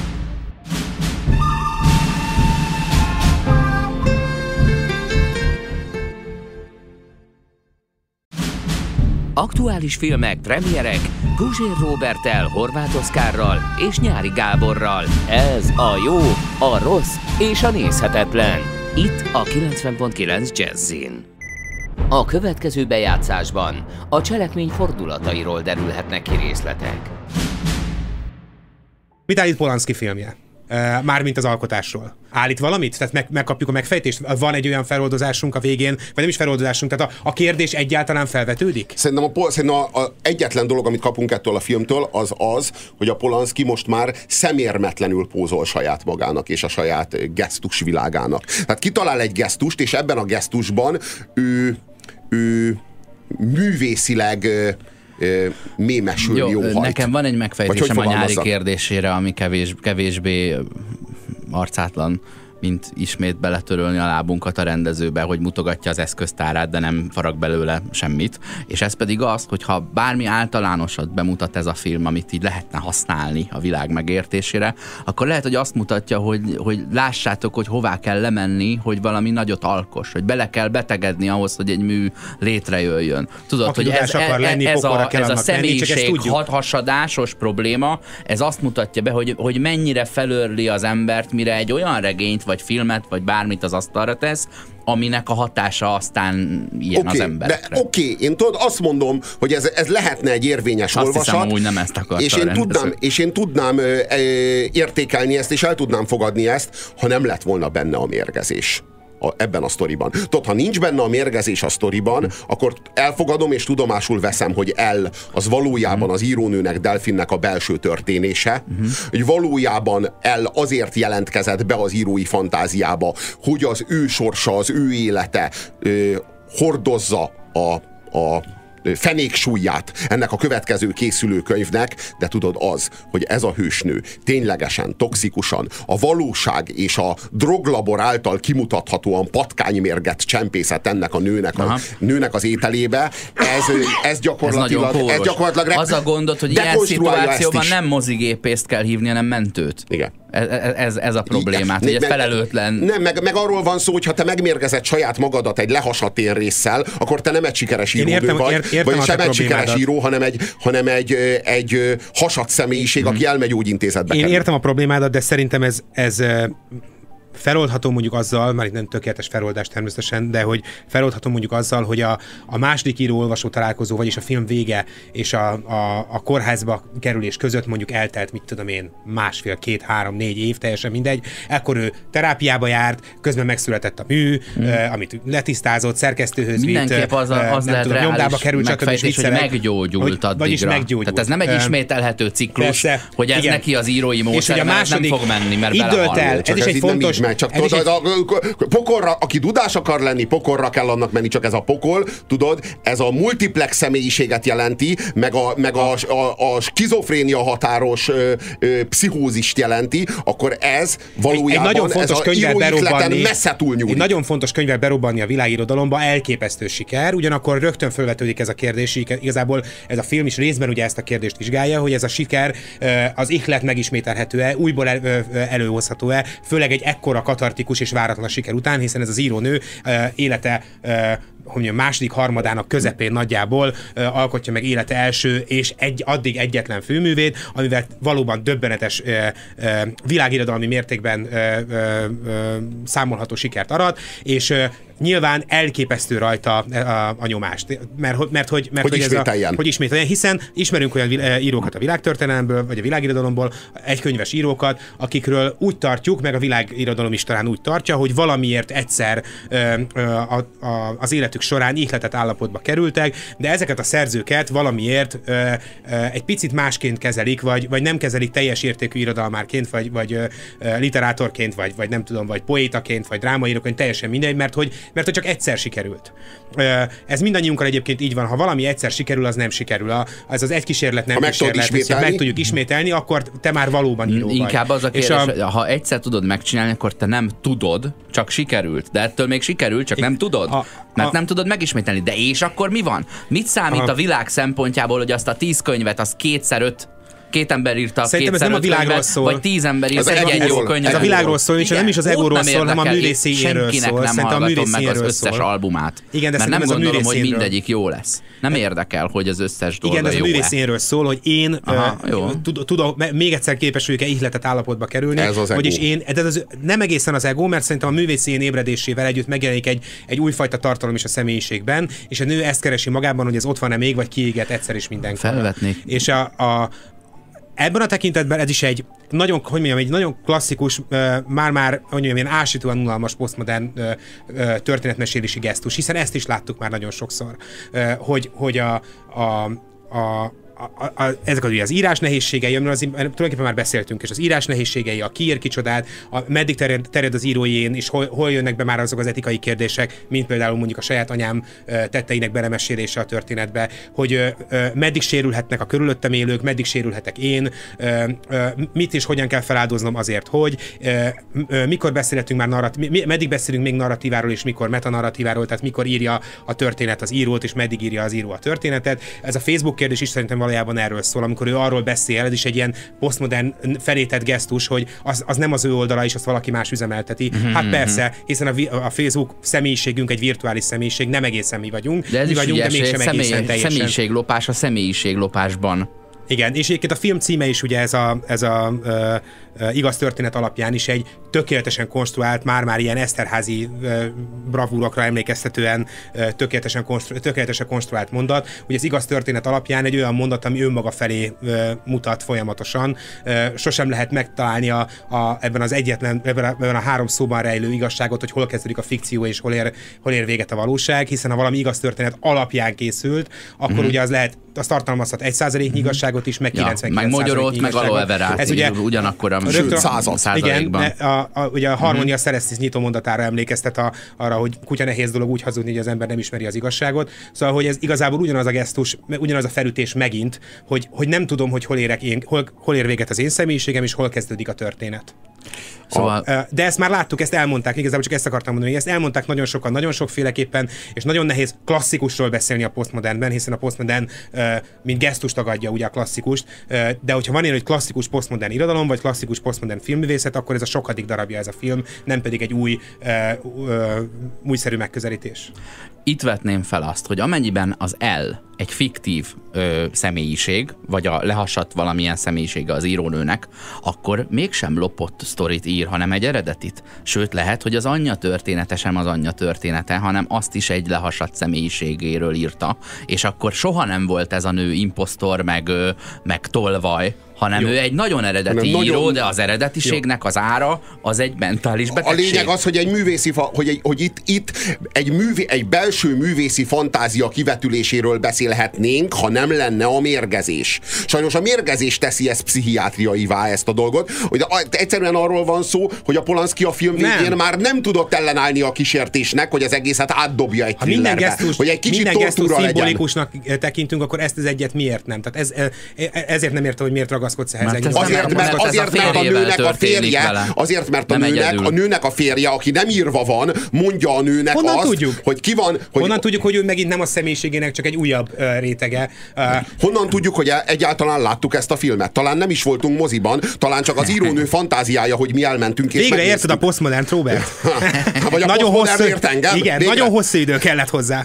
Aktuális filmek, premierek Puzsér Roberttel, Horváth Oszkárral és Nyári Gáborral. Ez a jó, a rossz és a nézhetetlen. Itt a 90.9 Jazzin. A következő bejátszásban a cselekmény fordulatairól derülhetnek ki részletek. Mit állít Polanski filmje? Mármint az alkotásról. Állít valamit? Tehát megkapjuk a megfejtést? Van egy olyan feloldozásunk a végén, vagy nem is feloldozásunk, tehát a kérdés egyáltalán felvetődik? Szerintem a egyetlen dolog, amit kapunk ettől a filmtől, az, hogy a Polanski most már szemérmetlenül pózol saját magának és a saját gesztus világának. Tehát kitalál egy gesztust, és ebben a gesztusban ő művészileg mémesül jó hajt. Nekem van egy megfejtésem a Nyári kérdésére, ami kevésbé arcátlan, mint ismét beletörölni a lábunkat a rendezőbe, hogy mutogatja az eszköztárát, de nem farag belőle semmit. És ez pedig az, hogy ha bármi általánosat bemutat ez a film, amit így lehetne használni a világ megértésére, akkor lehet, hogy azt mutatja, hogy lássátok, hogy hová kell lemenni, hogy valami nagyot alkos, hogy bele kell betegedni ahhoz, hogy egy mű létrejöjjön. Tudod, aki hogy ez a személyiség hasadásos probléma, ez azt mutatja be, hogy mennyire felőrli az embert, mire egy olyan regényt, vagy filmet, vagy bármit az asztalra tesz, aminek a hatása aztán ilyen az emberekre. Én azt mondom, hogy ez lehetne egy érvényes olvasat. Azt hiszem, amúgy nem ezt akarta és én tudnám értékelni ezt, és el tudnám fogadni ezt, ha nem lett volna benne a mérgezés ebben a sztoriban. Tudod, ha nincs benne a mérgezés a sztoriban, akkor elfogadom és tudomásul veszem, hogy az valójában az írónőnek, Delfinnek a belső történése, hogy valójában azért jelentkezett be az írói fantáziába, hogy az ő sorsa, az ő élete hordozza a fenéksúlyját ennek a következő készülő könyvnek, de tudod hogy ez a hősnő ténylegesen, toxikusan, a valóság és a droglabor által kimutathatóan patkánymérget csempészett ennek a nőnek az ételébe, ez gyakorlatilag az a gondot, hogy ilyen szituációban nem mozigépészt kell hívni, hanem mentőt. Igen. Ez a problémát, hogy felelőtlen... Nem, meg arról van szó, hogy ha te megmérgezed saját magadat egy lehasadt érrésszel, akkor te nem egy sikeres írónő vagy sem egy sikeres író, hanem egy hasadt személyiség, aki elmegy gyógyintézetbe. Én értem a problémádat, de szerintem ez feloldható mondjuk azzal, már itt nem tökéletes feloldás természetesen, de hogy feloldható mondjuk azzal, hogy a második író-olvasó találkozó, vagyis a film vége és a kórházba kerülés között mondjuk eltelt, mit tudom én, 1,5, 2, 3, 4 év, teljesen mindegy. Ekkor ő terápiába járt, közben megszületett a mű, amit letisztázott, szerkesztőhöz vitt, az lehet nyomdába került, megfejtés, hogy meggyógyult addigra. Tehát ez nem egy ismételhető ciklus, persze, hogy ez igen. Neki az írói módszer, nem fog menni, mert belehal. Ez is egy fontos, meg, csak tudod, pokolra, aki dudás akar lenni, pokolra kell annak menni, csak ez a pokol, tudod, ez a multiplex személyiséget jelenti, meg a skizofrénia határos pszichózist jelenti, akkor ez valójában ez a íróikleten messze túlnyúlik. Egy nagyon fontos könyvvel berobbanni a világirodalomba elképesztő siker, ugyanakkor rögtön felvetődik ez a kérdés, igazából ez a film is részben ugye ezt a kérdést vizsgálja, hogy ez a siker az ihlet megismételhető-e, újból előhozható-e, főleg egy ekkora katartikus és váratlan siker után, hiszen ez az írónő élete második harmadának közepén nagyjából alkotja meg élete első és addig egyetlen főművét, amivel valóban döbbenetes világirodalmi mértékben számolható sikert arat, és nyilván elképesztő rajta a nyomást, mert hogy ismételjen, hiszen ismerünk olyan írókat a világtörténelemből, vagy a világirodalomból, egykönyves írókat, akikről úgy tartjuk, meg a világirodalom is talán úgy tartja, hogy valamiért egyszer az életük során ihletett állapotba kerültek, de ezeket a szerzőket valamiért egy picit másként kezelik, vagy nem kezelik teljes értékű irodalmárként, vagy literátorként, vagy nem tudom, vagy poétaként, vagy drámaíróként, teljesen mindegy, mert hogy csak egyszer sikerült. Ez mindannyiunkkal egyébként így van, ha valami egyszer sikerül, az nem sikerül. Ez az egy kísérlet nem kísérlet, ha meg tudjuk ismételni, akkor te már valóban író vagy. Inkább az a kérdés, ha egyszer tudod megcsinálni, akkor te nem tudod, csak sikerült. De ettől még sikerült, csak nem tudod. Mert nem tudod megismételni. De és akkor mi van? Mit számít a világ szempontjából, hogy azt a 10 könyvet, az 2x5 két ember írta szerintem ez nem a világról szól. Vagy 10 ember írta egy jó könyvet. Ez a világról szól, és nem is az egóról szól, hanem a művészéjéről szól. Szerintem nem hallgatom meg az összes albumát. Igen, de mert nem gondolom, hogy mindegyik jó lesz. Nem érdekel, hogy az összes dolga jó. Igen, ez a művészénről szól, hogy én tudom, még egyszer képes vagyok-e ihletett állapotba kerülni. Ez az ego. Vagyis én, nem egészen az ego, mert szerintem a művészén ébredésével együtt megjelenik egy újfajta tartalom is a személyiségben, és a nő ezt keresi magában, hogy ez ott van-e még, vagy kiégett egyszer is mindenkor. Felvetnék. És ebben a tekintetben ez is egy nagyon klasszikus, már ilyen ásítóan unalmas posztmodern történetmesélési gesztus, hiszen ezt is láttuk már nagyon sokszor, hogy ezek az írás nehézségei, amiről tulajdonképpen már beszéltünk, és az írás nehézségei, a ki ír kicsodát, meddig terjed az írójén, és hol jönnek be már azok az etikai kérdések, mint például mondjuk a saját anyám tetteinek belemesélése a történetbe, hogy meddig sérülhetnek a körülöttem élők, meddig sérülhetek én, mit és hogyan kell feláldoznom azért, hogy mikor beszélhetünk már meddig beszélünk még narratíváról, és mikor metanarratíváról, tehát mikor írja a történet az írót, és meddig írja az író a történetet. Ez a Facebook kérdés is szerintem valójában erről szól, amikor ő arról beszél, ez is egy ilyen posztmodern felétett gesztus, hogy az nem az ő oldala, és azt valaki más üzemelteti. Hát persze, hiszen a Facebook személyiségünk egy virtuális személyiség, nem egészen mi vagyunk. De ez mi is vagyunk, de mégsem egészen teljesen. Személyiséglopás a személyiséglopásban. Igen, és egyébként a film címe is ugye ez a igaz történet alapján is egy tökéletesen konstruált, már ilyen Eszterházi bravúrokra emlékeztetően tökéletesen konstruált mondat. Ugye az igaz történet alapján egy olyan mondat, ami önmaga felé mutat folyamatosan. Sosem lehet megtalálni ebben a 3 szóban rejlő igazságot, hogy hol kezdődik a fikció és hol ér véget a valóság, hiszen ha valami igaz történet alapján készült, akkor ugye az tartalmazhat 1%-nyi igazságot is, meg 99%-nyi meg Magyarót, meg Aloe Verát, ez ugye ugyanakkor a százalékban. Igen, ugye a Harmonia Celestis nyitó mondatára emlékeztet arra, hogy kutya nehéz dolog úgy hazudni, hogy az ember nem ismeri az igazságot. Szóval, hogy ez igazából ugyanaz a gesztus, ugyanaz a felütés megint, hogy nem tudom, hogy hol ér véget az én személyiségem, és hol kezdődik a történet. Szóval... De ezt már láttuk, ezt elmondták, igazából csak ezt akartam mondani, hogy ezt elmondták nagyon sokan, nagyon sokféleképpen, és nagyon nehéz klasszikusról beszélni a posztmodernben, hiszen a posztmodern mint gesztus tagadja ugye a klasszikust, de hogyha van ilyen, hogy klasszikus posztmodern irodalom, vagy klasszikus posztmodern filmművészet, akkor ez a sokadik darabja ez a film, nem pedig egy újszerű megközelítés. Itt vetném fel azt, hogy amennyiben az L egy fiktív személyiség, vagy lehassadt valamilyen személyisége az írónőnek, akkor mégsem lopott sztorit ír, hanem egy eredetit. Sőt, lehet, hogy az anyja története sem az anyja története, hanem azt is egy lehassadt személyiségéről írta, és akkor soha nem volt ez a nő imposztor, meg tolvaj, hanem ő egy nagyon eredeti író, de az eredetiségnek az ára az egy mentális betegség. A lényeg az, hogy egy művészi, hogy itt egy belső művészi fantázia kivetüléséről beszélhetnénk, ha nem lenne a mérgezés. Sajnos a mérgezés teszi ezt pszichiátriaivá, ezt a dolgot, hogy egyszerűen arról van szó, hogy a Polanski a film végén már nem tudott ellenállni a kísértésnek, hogy az egészet átdobja egy thrillerbe, hogy egy kicsit tortúra legyen. Szimbolikusnak tekintünk, akkor ezt az egyet miért nem? Tehát ezért nem értem, hogy miért ragaszkodsz ehhez. Azért, mert a nőnek a férje, azért, mert a nőnek a férje, aki nem írva van, mondja a nőnek hogy ki van... Honnan tudjuk, hogy ő megint nem a személyiségének csak egy újabb rétege? Honnan tudjuk, hogy egyáltalán láttuk ezt a filmet? Talán nem is voltunk moziban, talán csak az írónő fantáziája, hogy mi elmentünk és végre érted a posztmodernt, Robert? Vagy a posztmodern ért engem? Igen, végre. Nagyon hosszú idő kellett hozzá.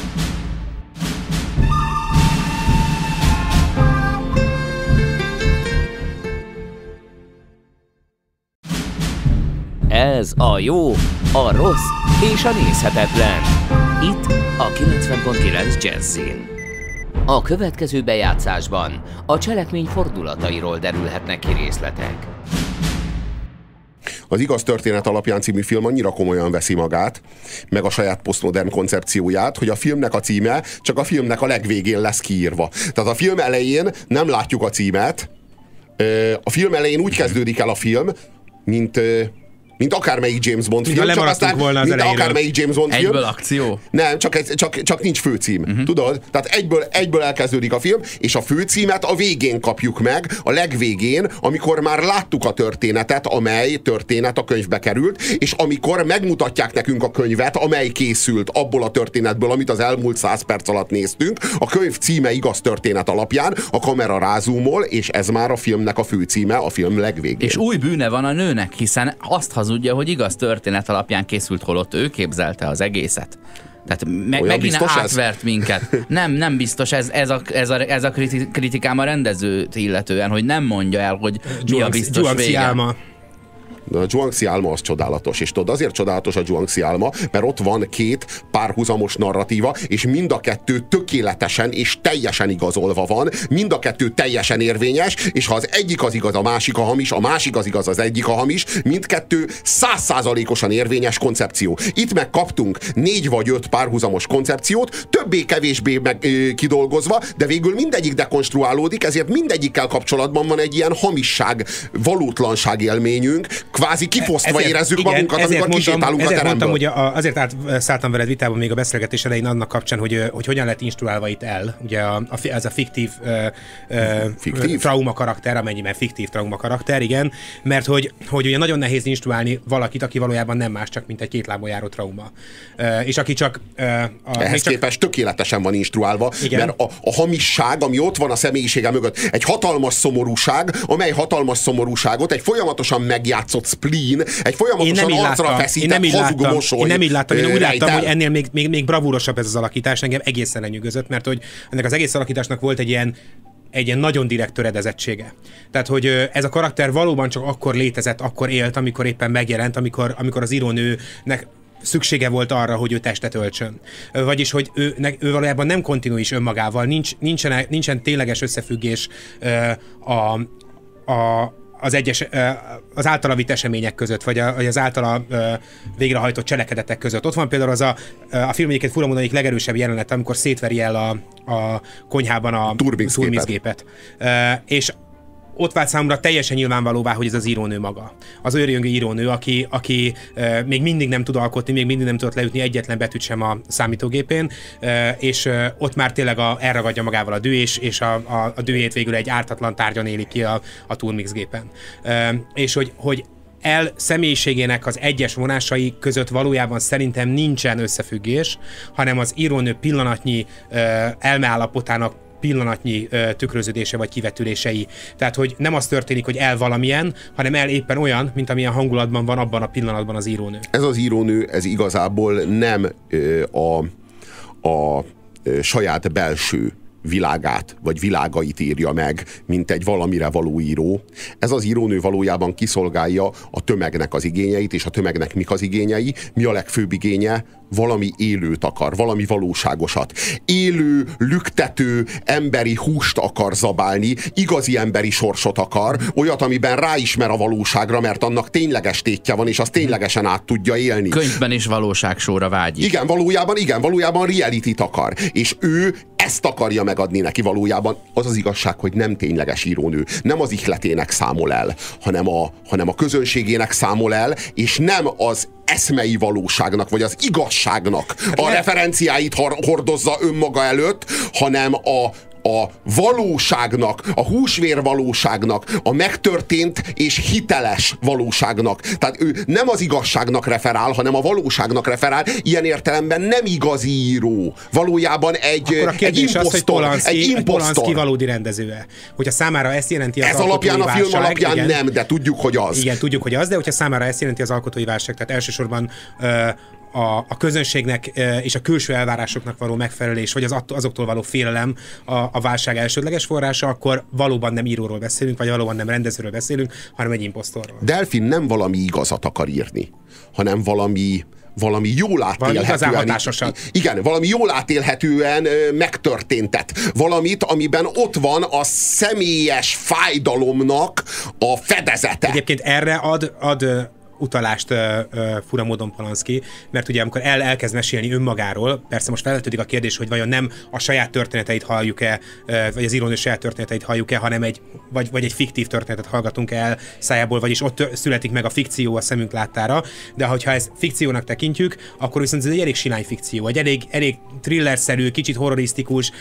Ez a jó, a rossz és a nézhetetlen. Itt a 90.9 Jazzin. A következő bejátszásban a cselekmény fordulatairól derülhetnek ki részletek. Az Igaz történet alapján című film annyira komolyan veszi magát, meg a saját posztmodern koncepcióját, hogy a filmnek a címe csak a filmnek a legvégén lesz kiírva. Tehát a film elején nem látjuk a címet, a film elején úgy kezdődik el a film, mint akármelyik James Bond film, csak aztán, mint akármelyik James Bond film. Egyből akció? Nem, csak nincs főcím, tudod? Tehát egyből elkezdődik a film, és a főcímet a végén kapjuk meg, a legvégén, amikor már láttuk a történetet, amely történet a könyvbe került, és amikor megmutatják nekünk a könyvet, amely készült abból a történetből, amit az elmúlt 100 perc alatt néztünk, a könyv címe Igaz történet alapján, a kamera rázúmol, és ez már a filmnek a főcíme, a film legvégén. És új bűne van a nőnek, hiszen azt hazudja, hogy igaz történet alapján készült, holott ő képzelte az egészet. Tehát megint átvert minket. Nem biztos, ez a kritikám a rendezőt illetően, hogy nem mondja el, hogy mi a biztos vége. De a Zhuangzi álma az csodálatos, és tudod, azért csodálatos a Zhuangzi álma, mert ott van két párhuzamos narratíva, és mind a kettő tökéletesen és teljesen igazolva van, mind a kettő teljesen érvényes, és ha az egyik az igaz, a másik a hamis, a másik az igaz, az egyik a hamis, mindkettő 100%-osan érvényes koncepció. Itt megkaptunk 4 vagy 5 párhuzamos koncepciót, többé-kevésbé kidolgozva, de végül mindegyik dekonstruálódik, ezért mindegyikkel kapcsolatban van egy ilyen hamisság, valótlanság élményünk, kvázi kifosztva érezzük magunkat, amikor kisétálunk a teremből. Mondtam, azért átszálltam veled vitában még a beszélgetés elején annak kapcsán, hogy hogyan lett instruálva itt el. Ugye ez a fiktív trauma karakter, amennyiben fiktív trauma karakter, igen, mert hogy ugye nagyon nehéz instruálni valakit, aki valójában nem más, csak mint egy kétlábon járó trauma. És aki csak... Ehhez képest tökéletesen van instruálva, igen. Mert a hamisság, ami ott van a személyisége mögött, egy hatalmas szomorúság, amely hatalmas szomorúságot egy folyamatosan megjátszott spleen, egy folyamatosan arcra feszített hazug mosoly. Én nem így láttam, én úgy láttam, hogy ennél még bravúrosabb ez az alakítás, engem egészen lenyűgözött, mert hogy ennek az egész alakításnak volt egy ilyen nagyon direkt töredezettsége. Tehát, hogy ez a karakter valóban csak akkor létezett, akkor élt, amikor éppen megjelent, amikor az írónőnek szüksége volt arra, hogy ő testet öltsön. Vagyis, hogy ő valójában nem kontinuális önmagával, nincsen tényleges összefüggés az általa vitt események között, vagy az általa végrehajtott cselekedetek között. Ott van például az a film egyébként fura módon egyik legerősebb jelenet, amikor szétveri el a konyhában a turmixgépet. És ott vált számomra teljesen nyilvánvalóvá, hogy ez az írónő maga. Az őrjöngő írónő, aki még mindig nem tud alkotni, még mindig nem tudott leütni egyetlen betűt sem a számítógépén, és ott már tényleg elragadja magával a dű, és a dühét végül egy ártatlan tárgyon éli ki a turmixgépen. És hogy személyiségének az egyes vonásai között valójában szerintem nincsen összefüggés, hanem az írónő pillanatnyi elmeállapotának pillanatnyi tükröződése vagy kivetülései. Tehát, hogy nem az történik, hogy el valamilyen, hanem el éppen olyan, mint amilyen hangulatban van abban a pillanatban az írónő. Ez az írónő, ez igazából nem a saját belső világát, vagy világait írja meg, mint egy valamire való író. Ez az írónő valójában kiszolgálja a tömegnek az igényeit, és a tömegnek mik az igényei, mi a legfőbb igénye? Valami élőt akar, valami valóságosat. Élő, lüktető, emberi húst akar zabálni, igazi emberi sorsot akar, olyat, amiben ráismer a valóságra, mert annak tényleges tétje van, és az ténylegesen át tudja élni. Könyvben is valóságsóra vágyik. Igen, valójában realityt akar. És ő ezt akarja megadni neki valójában. Az az igazság, hogy nem tényleges írónő. Nem az ihletének számol el, hanem a közönségének számol el, és nem az eszmei valóságnak, vagy az igazságnak a referenciáit hordozza önmaga előtt, hanem a valóságnak, a húsvér valóságnak, a megtörtént és hiteles valóságnak. Tehát ő nem az igazságnak referál, hanem a valóságnak referál. Ilyen értelemben nem igazi író. Valójában egy imposztor. Egy Polanski valódi rendezője. Hogyha számára ezt jelenti az ez alapján, a film alapján igen, nem, de tudjuk, hogy az. Igen, tudjuk, hogy az, de hogyha számára ezt jelenti az alkotói válság, tehát elsősorban a közönségnek és a külső elvárásoknak való megfelelés, vagy azoktól való félelem a válság elsődleges forrása, akkor valóban nem íróról beszélünk, vagy valóban nem rendezőről beszélünk, hanem egy imposztorról. Delfin nem valami igazat akar írni, hanem valami jól átélhetően. Igen, valami jól átélhetően megtörténtet. Valamit, amiben ott van a személyes fájdalomnak a fedezete. Egyébként erre ad utalást fura módon Polanski, mert ugye amikor elkezd mesélni önmagáról, persze most felvetődik a kérdés, hogy vajon nem a saját történeteit halljuk-e, vagy az írónő saját történeteit halljuk-e, hanem vagy egy fiktív történetet hallgatunk el szájából, vagyis ott születik meg a fikció a szemünk láttára, de hogyha ezt fikciónak tekintjük, akkor viszont ez egy elég silány fikció, egy elég thrillerszerű, kicsit horrorisztikus,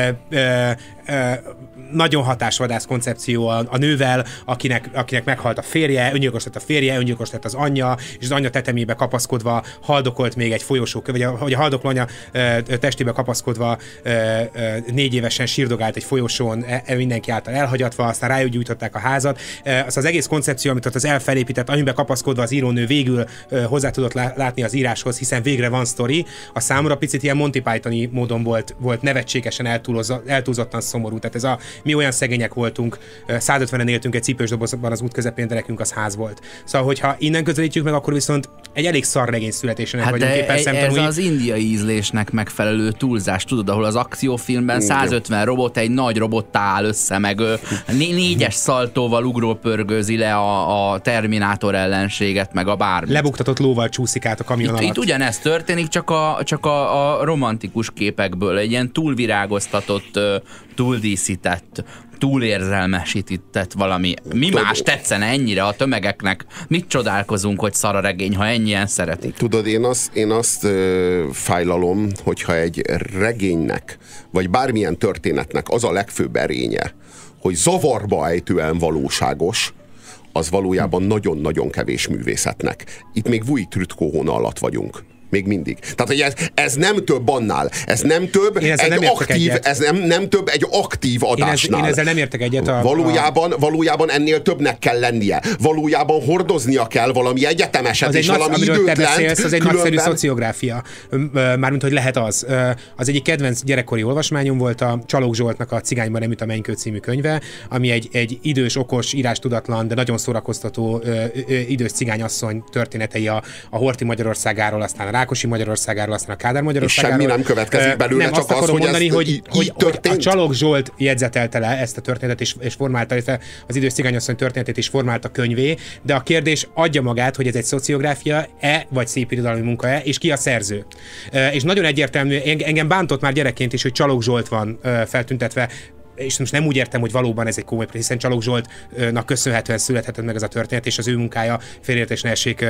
nagyon hatásvadász koncepció a nővel, akinek meghalt a férje, öngyilkos lett a férje, öngyilkos lett az anyja, és az anyja tetemébe kapaszkodva haldokolt még egy folyosó, vagy a haldokló anya testébe kapaszkodva 4 évesen sírdogált egy folyosón, mindenki által elhagyatva, aztán rájuk gyújtották a házat. Az egész koncepció, amit ott az felépített, amiben kapaszkodva az írónő végül hozzá tudott látni az íráshoz, hiszen végre van sztori, a számomra picit ilyen Monty Pythoni módon volt nevetségesen eltúlzottan szomorú. Tehát mi olyan szegények voltunk, 150-en éltünk egy cipős dobozban az út közepén, de nekünk az ház volt. Szóval, hogyha innen közelítjük meg, akkor viszont egy elég szar regény születésének vagyunk éppen szemtanúi. Ez az indiai ízlésnek megfelelő túlzás, tudod, ahol az akciófilmben 150 robot egy nagy robottá áll össze, meg 4-es szaltóval ugrópörgőzi le a Terminátor ellenséget, meg a bármit. Lebuktatott lóval csúszik át a kamion alatt. Itt ugyanezt történik, csak a romantikus képekből, egy ilyen túlvirágoztatott, túldíszített, túlérzelmesített valami. Mi más tetszene ennyire a tömegeknek? Mit csodálkozunk, hogy szar a regény, ha ennyien szeretik? Tudod, én azt fájlalom, hogyha egy regénynek, vagy bármilyen történetnek az a legfőbb erénye, hogy zavarba ejtően valóságos, az valójában nagyon-nagyon kevés művészetnek. Itt még Vujt Trütkó hóna alatt vagyunk. Még mindig. Tehát, hogy ez nem több annál. Ez nem több nem több egy aktív adásnál. Én ezzel nem értek egyet. Valójában ennél többnek kell lennie. Valójában hordoznia kell valami egyetemeset, és valami időtlent. Az egy nagyszerű szociográfia. Mármint, hogy lehet az. Az egyik kedvenc gyerekkori olvasmányom volt a Csalók Zsoltnak a Cigányban nem üt a Menykő című könyve, ami egy idős, okos, írástudatlan, de nagyon szórakoztató idős cigányasszony történetei a Horthy Magyarországáról, aztán a Rákosi Magyarországáról, aztán a Kádár Magyarországáról. És semmi nem következik belőle, nem, csak az, mondani, hogy a Csalók Zsolt jegyzetelte le ezt a történetet, és formálta, az idős cigányasszony történetét is formálta könyvé, de a kérdés adja magát, hogy ez egy szociográfia-e, vagy szépirodalmi munka-e, és ki a szerző. És nagyon egyértelmű, engem bántott már gyerekként is, hogy Csalók Zsolt van feltüntetve, és most nem úgy értem, hogy valóban ez egy komoly, hiszen Csalók Zsoltnak köszönhetően születhetett meg ez a történet, és az ő munkája félreértés ne essék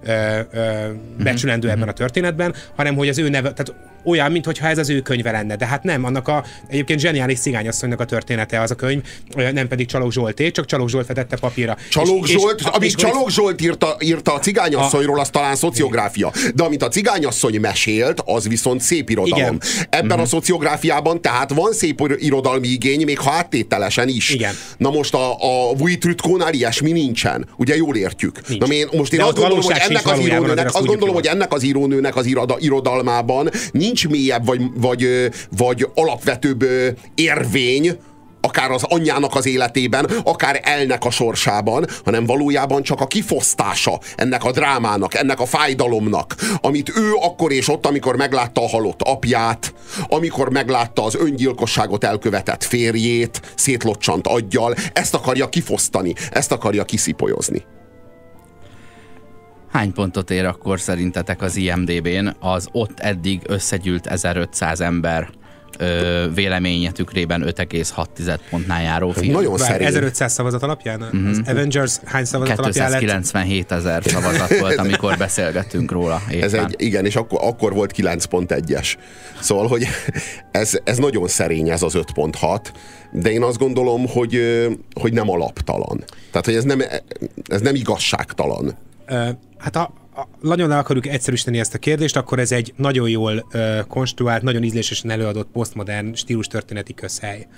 becsülendő ebben a történetben, hanem hogy az ő neve, tehát olyan, mintha ez az ő könyve lenne. De hát nem, annak egyébként zseniális cigányasszonynak a története az a könyv, nem pedig Csalók Zsolté, csak Csalók Zsolt vetette papírra. Csalók Zsolt írta a cigányasszonyról, az talán szociográfia. De amit a cigányasszony mesélt, az viszont szép irodalom. Igen. Ebben a szociográfiában tehát van szép irodalmi igény, még ha áttételesen is. Igen. Na most a Vujt Trütkónál ilyesmi nincsen. Ugye jól értjük. Nincs. Na én azt gondolom, hogy ennek az írónőnek az irodalmában nincs nincs mélyebb vagy alapvetőbb érvény, akár az anyjának az életében, akár Elnek a sorsában, hanem valójában csak a kifosztása ennek a drámának, ennek a fájdalomnak, amit ő akkor és ott, amikor meglátta a halott apját, amikor meglátta az öngyilkosságot elkövetett férjét, szétlocsant aggyal, ezt akarja kifosztani, ezt akarja kiszipolyozni. Hány pontot ér akkor szerintetek az IMDb-n az ott eddig összegyűlt 1500 ember véleménye tükrében 5,6 pontnál járó film? Nagyon szerint. 1500 szavazat alapján? Az Avengers hány szavazat alapján lett? 297 000 szavazat volt, amikor beszélgettünk róla. Igen, és akkor volt 9.1-es. Szóval, hogy ez nagyon szerény, ez az 5.6, de én azt gondolom, hogy nem alaptalan. Tehát, hogy ez nem igazságtalan. Hát nagyon le akarjuk egyszerűsíteni ezt a kérdést, akkor ez egy nagyon jól konstruált, nagyon ízlésesen előadott posztmodern stílustörténeti közhely.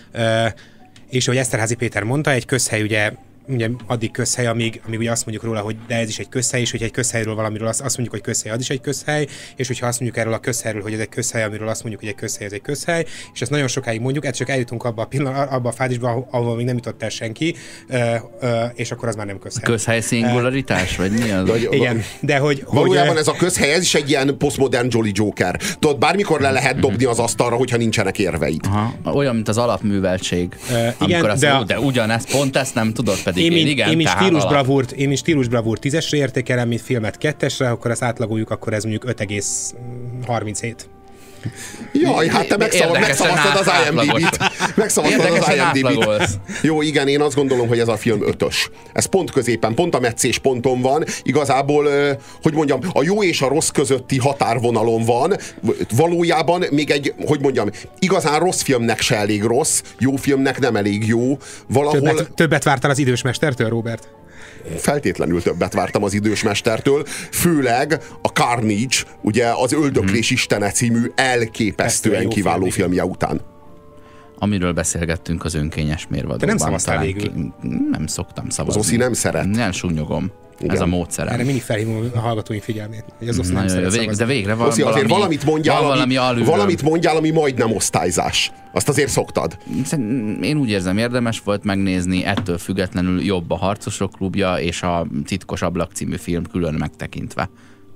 És ahogy Eszterházy Péter mondta, egy közhely ugye addig közhely, amíg ugye azt mondjuk róla, hogy de ez is egy közhely, és hogyha egy közhelyről valamiről azt mondjuk, hogy közhely, az is egy közhely, és hogyha azt mondjuk erről a közhelyről, hogy ez egy közhely, amiről azt mondjuk, hogy egy közhely, ez egy közhely, és ezt nagyon sokáig mondjuk, ez csak eljutunk abba a fázisba, ahol még nem jutott el senki, és akkor az már nem közhely. Közhely szingularitás, vagy mi az? Igen, de valójában ez a közhely, ez is egy ilyen posztmodern Jolly Joker. Tudod, bármikor le lehet dobni az asztalra, hogyha nincsenek érveid. Aha. Olyan, mint az alapműveltség. Igen, de ugyanezt, pont ezt nem tudod pedig. Én is stílusbravúrt 10-esre értékelem, mint filmet 2-esre, akkor azt átlagoljuk, akkor ez mondjuk 5,37. Jaj, hát te megszavaztad az IMDb-t. Megszavaztad az IMDb-t. Jó, igen, én azt gondolom, hogy ez a film 5-ös. Ez pont középen, pont a meccés ponton van. Igazából, hogy mondjam, a jó és a rossz közötti határvonalon van. Valójában még egy, hogy mondjam, igazán rossz filmnek se elég rossz, jó filmnek nem elég jó. Valahol... Többet vártál az Idős mestertől, Robert? Feltétlenül többet vártam az Idős mestertől, főleg a Carnage, ugye az Öldöklés istene című elképesztően kiváló filmje után. Amiről beszélgettünk az Önkényes mérvadóban. Te nem szavaztál végül? Nem szoktam szavazni. Az Oszi nem szeret. Nem súnyogom. Igen. Ez a módszerem. Erre mindig felhívom a hallgatói figyelmét. Hogy az Oszi nem szeret szavazni. De végre van Oszi, azért valamit mondjál, ami majdnem osztályzás. Azt azért szoktad. Én úgy érzem, érdemes volt megnézni, ettől függetlenül jobb a Harcosok klubja és a Titkos ablak című film külön megtekintve.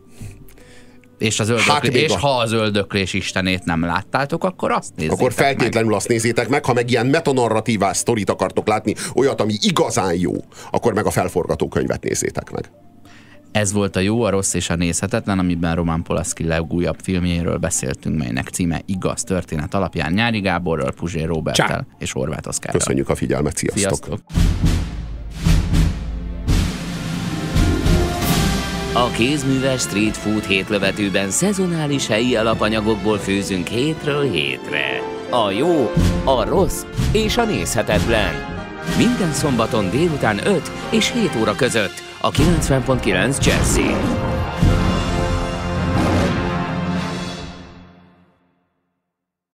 És ha az Öldöklés istenét nem láttátok, akkor azt nézzétek akkor feltétlenül meg. Azt nézzétek meg, ha meg ilyen metanarratívás sztorit akartok látni, olyat, ami igazán jó, akkor meg a Felforgatókönyvet nézzétek meg. Ez volt a Jó, a rossz és a nézhetetlen, amiben Roman Polanski legújabb filmjéről beszéltünk, melynek címe Igaz történet alapján Nyári Gáborral, Puzsér Róberttel és Horváth Oszkárral. Köszönjük a figyelmet, sziasztok! A kézműves street food hétlövetőben szezonális helyi alapanyagokból főzünk hétről hétre. A jó, a rossz és a nézhetetlen. Minden szombaton délután 5 és 7 óra között a 90.9 Jazzy.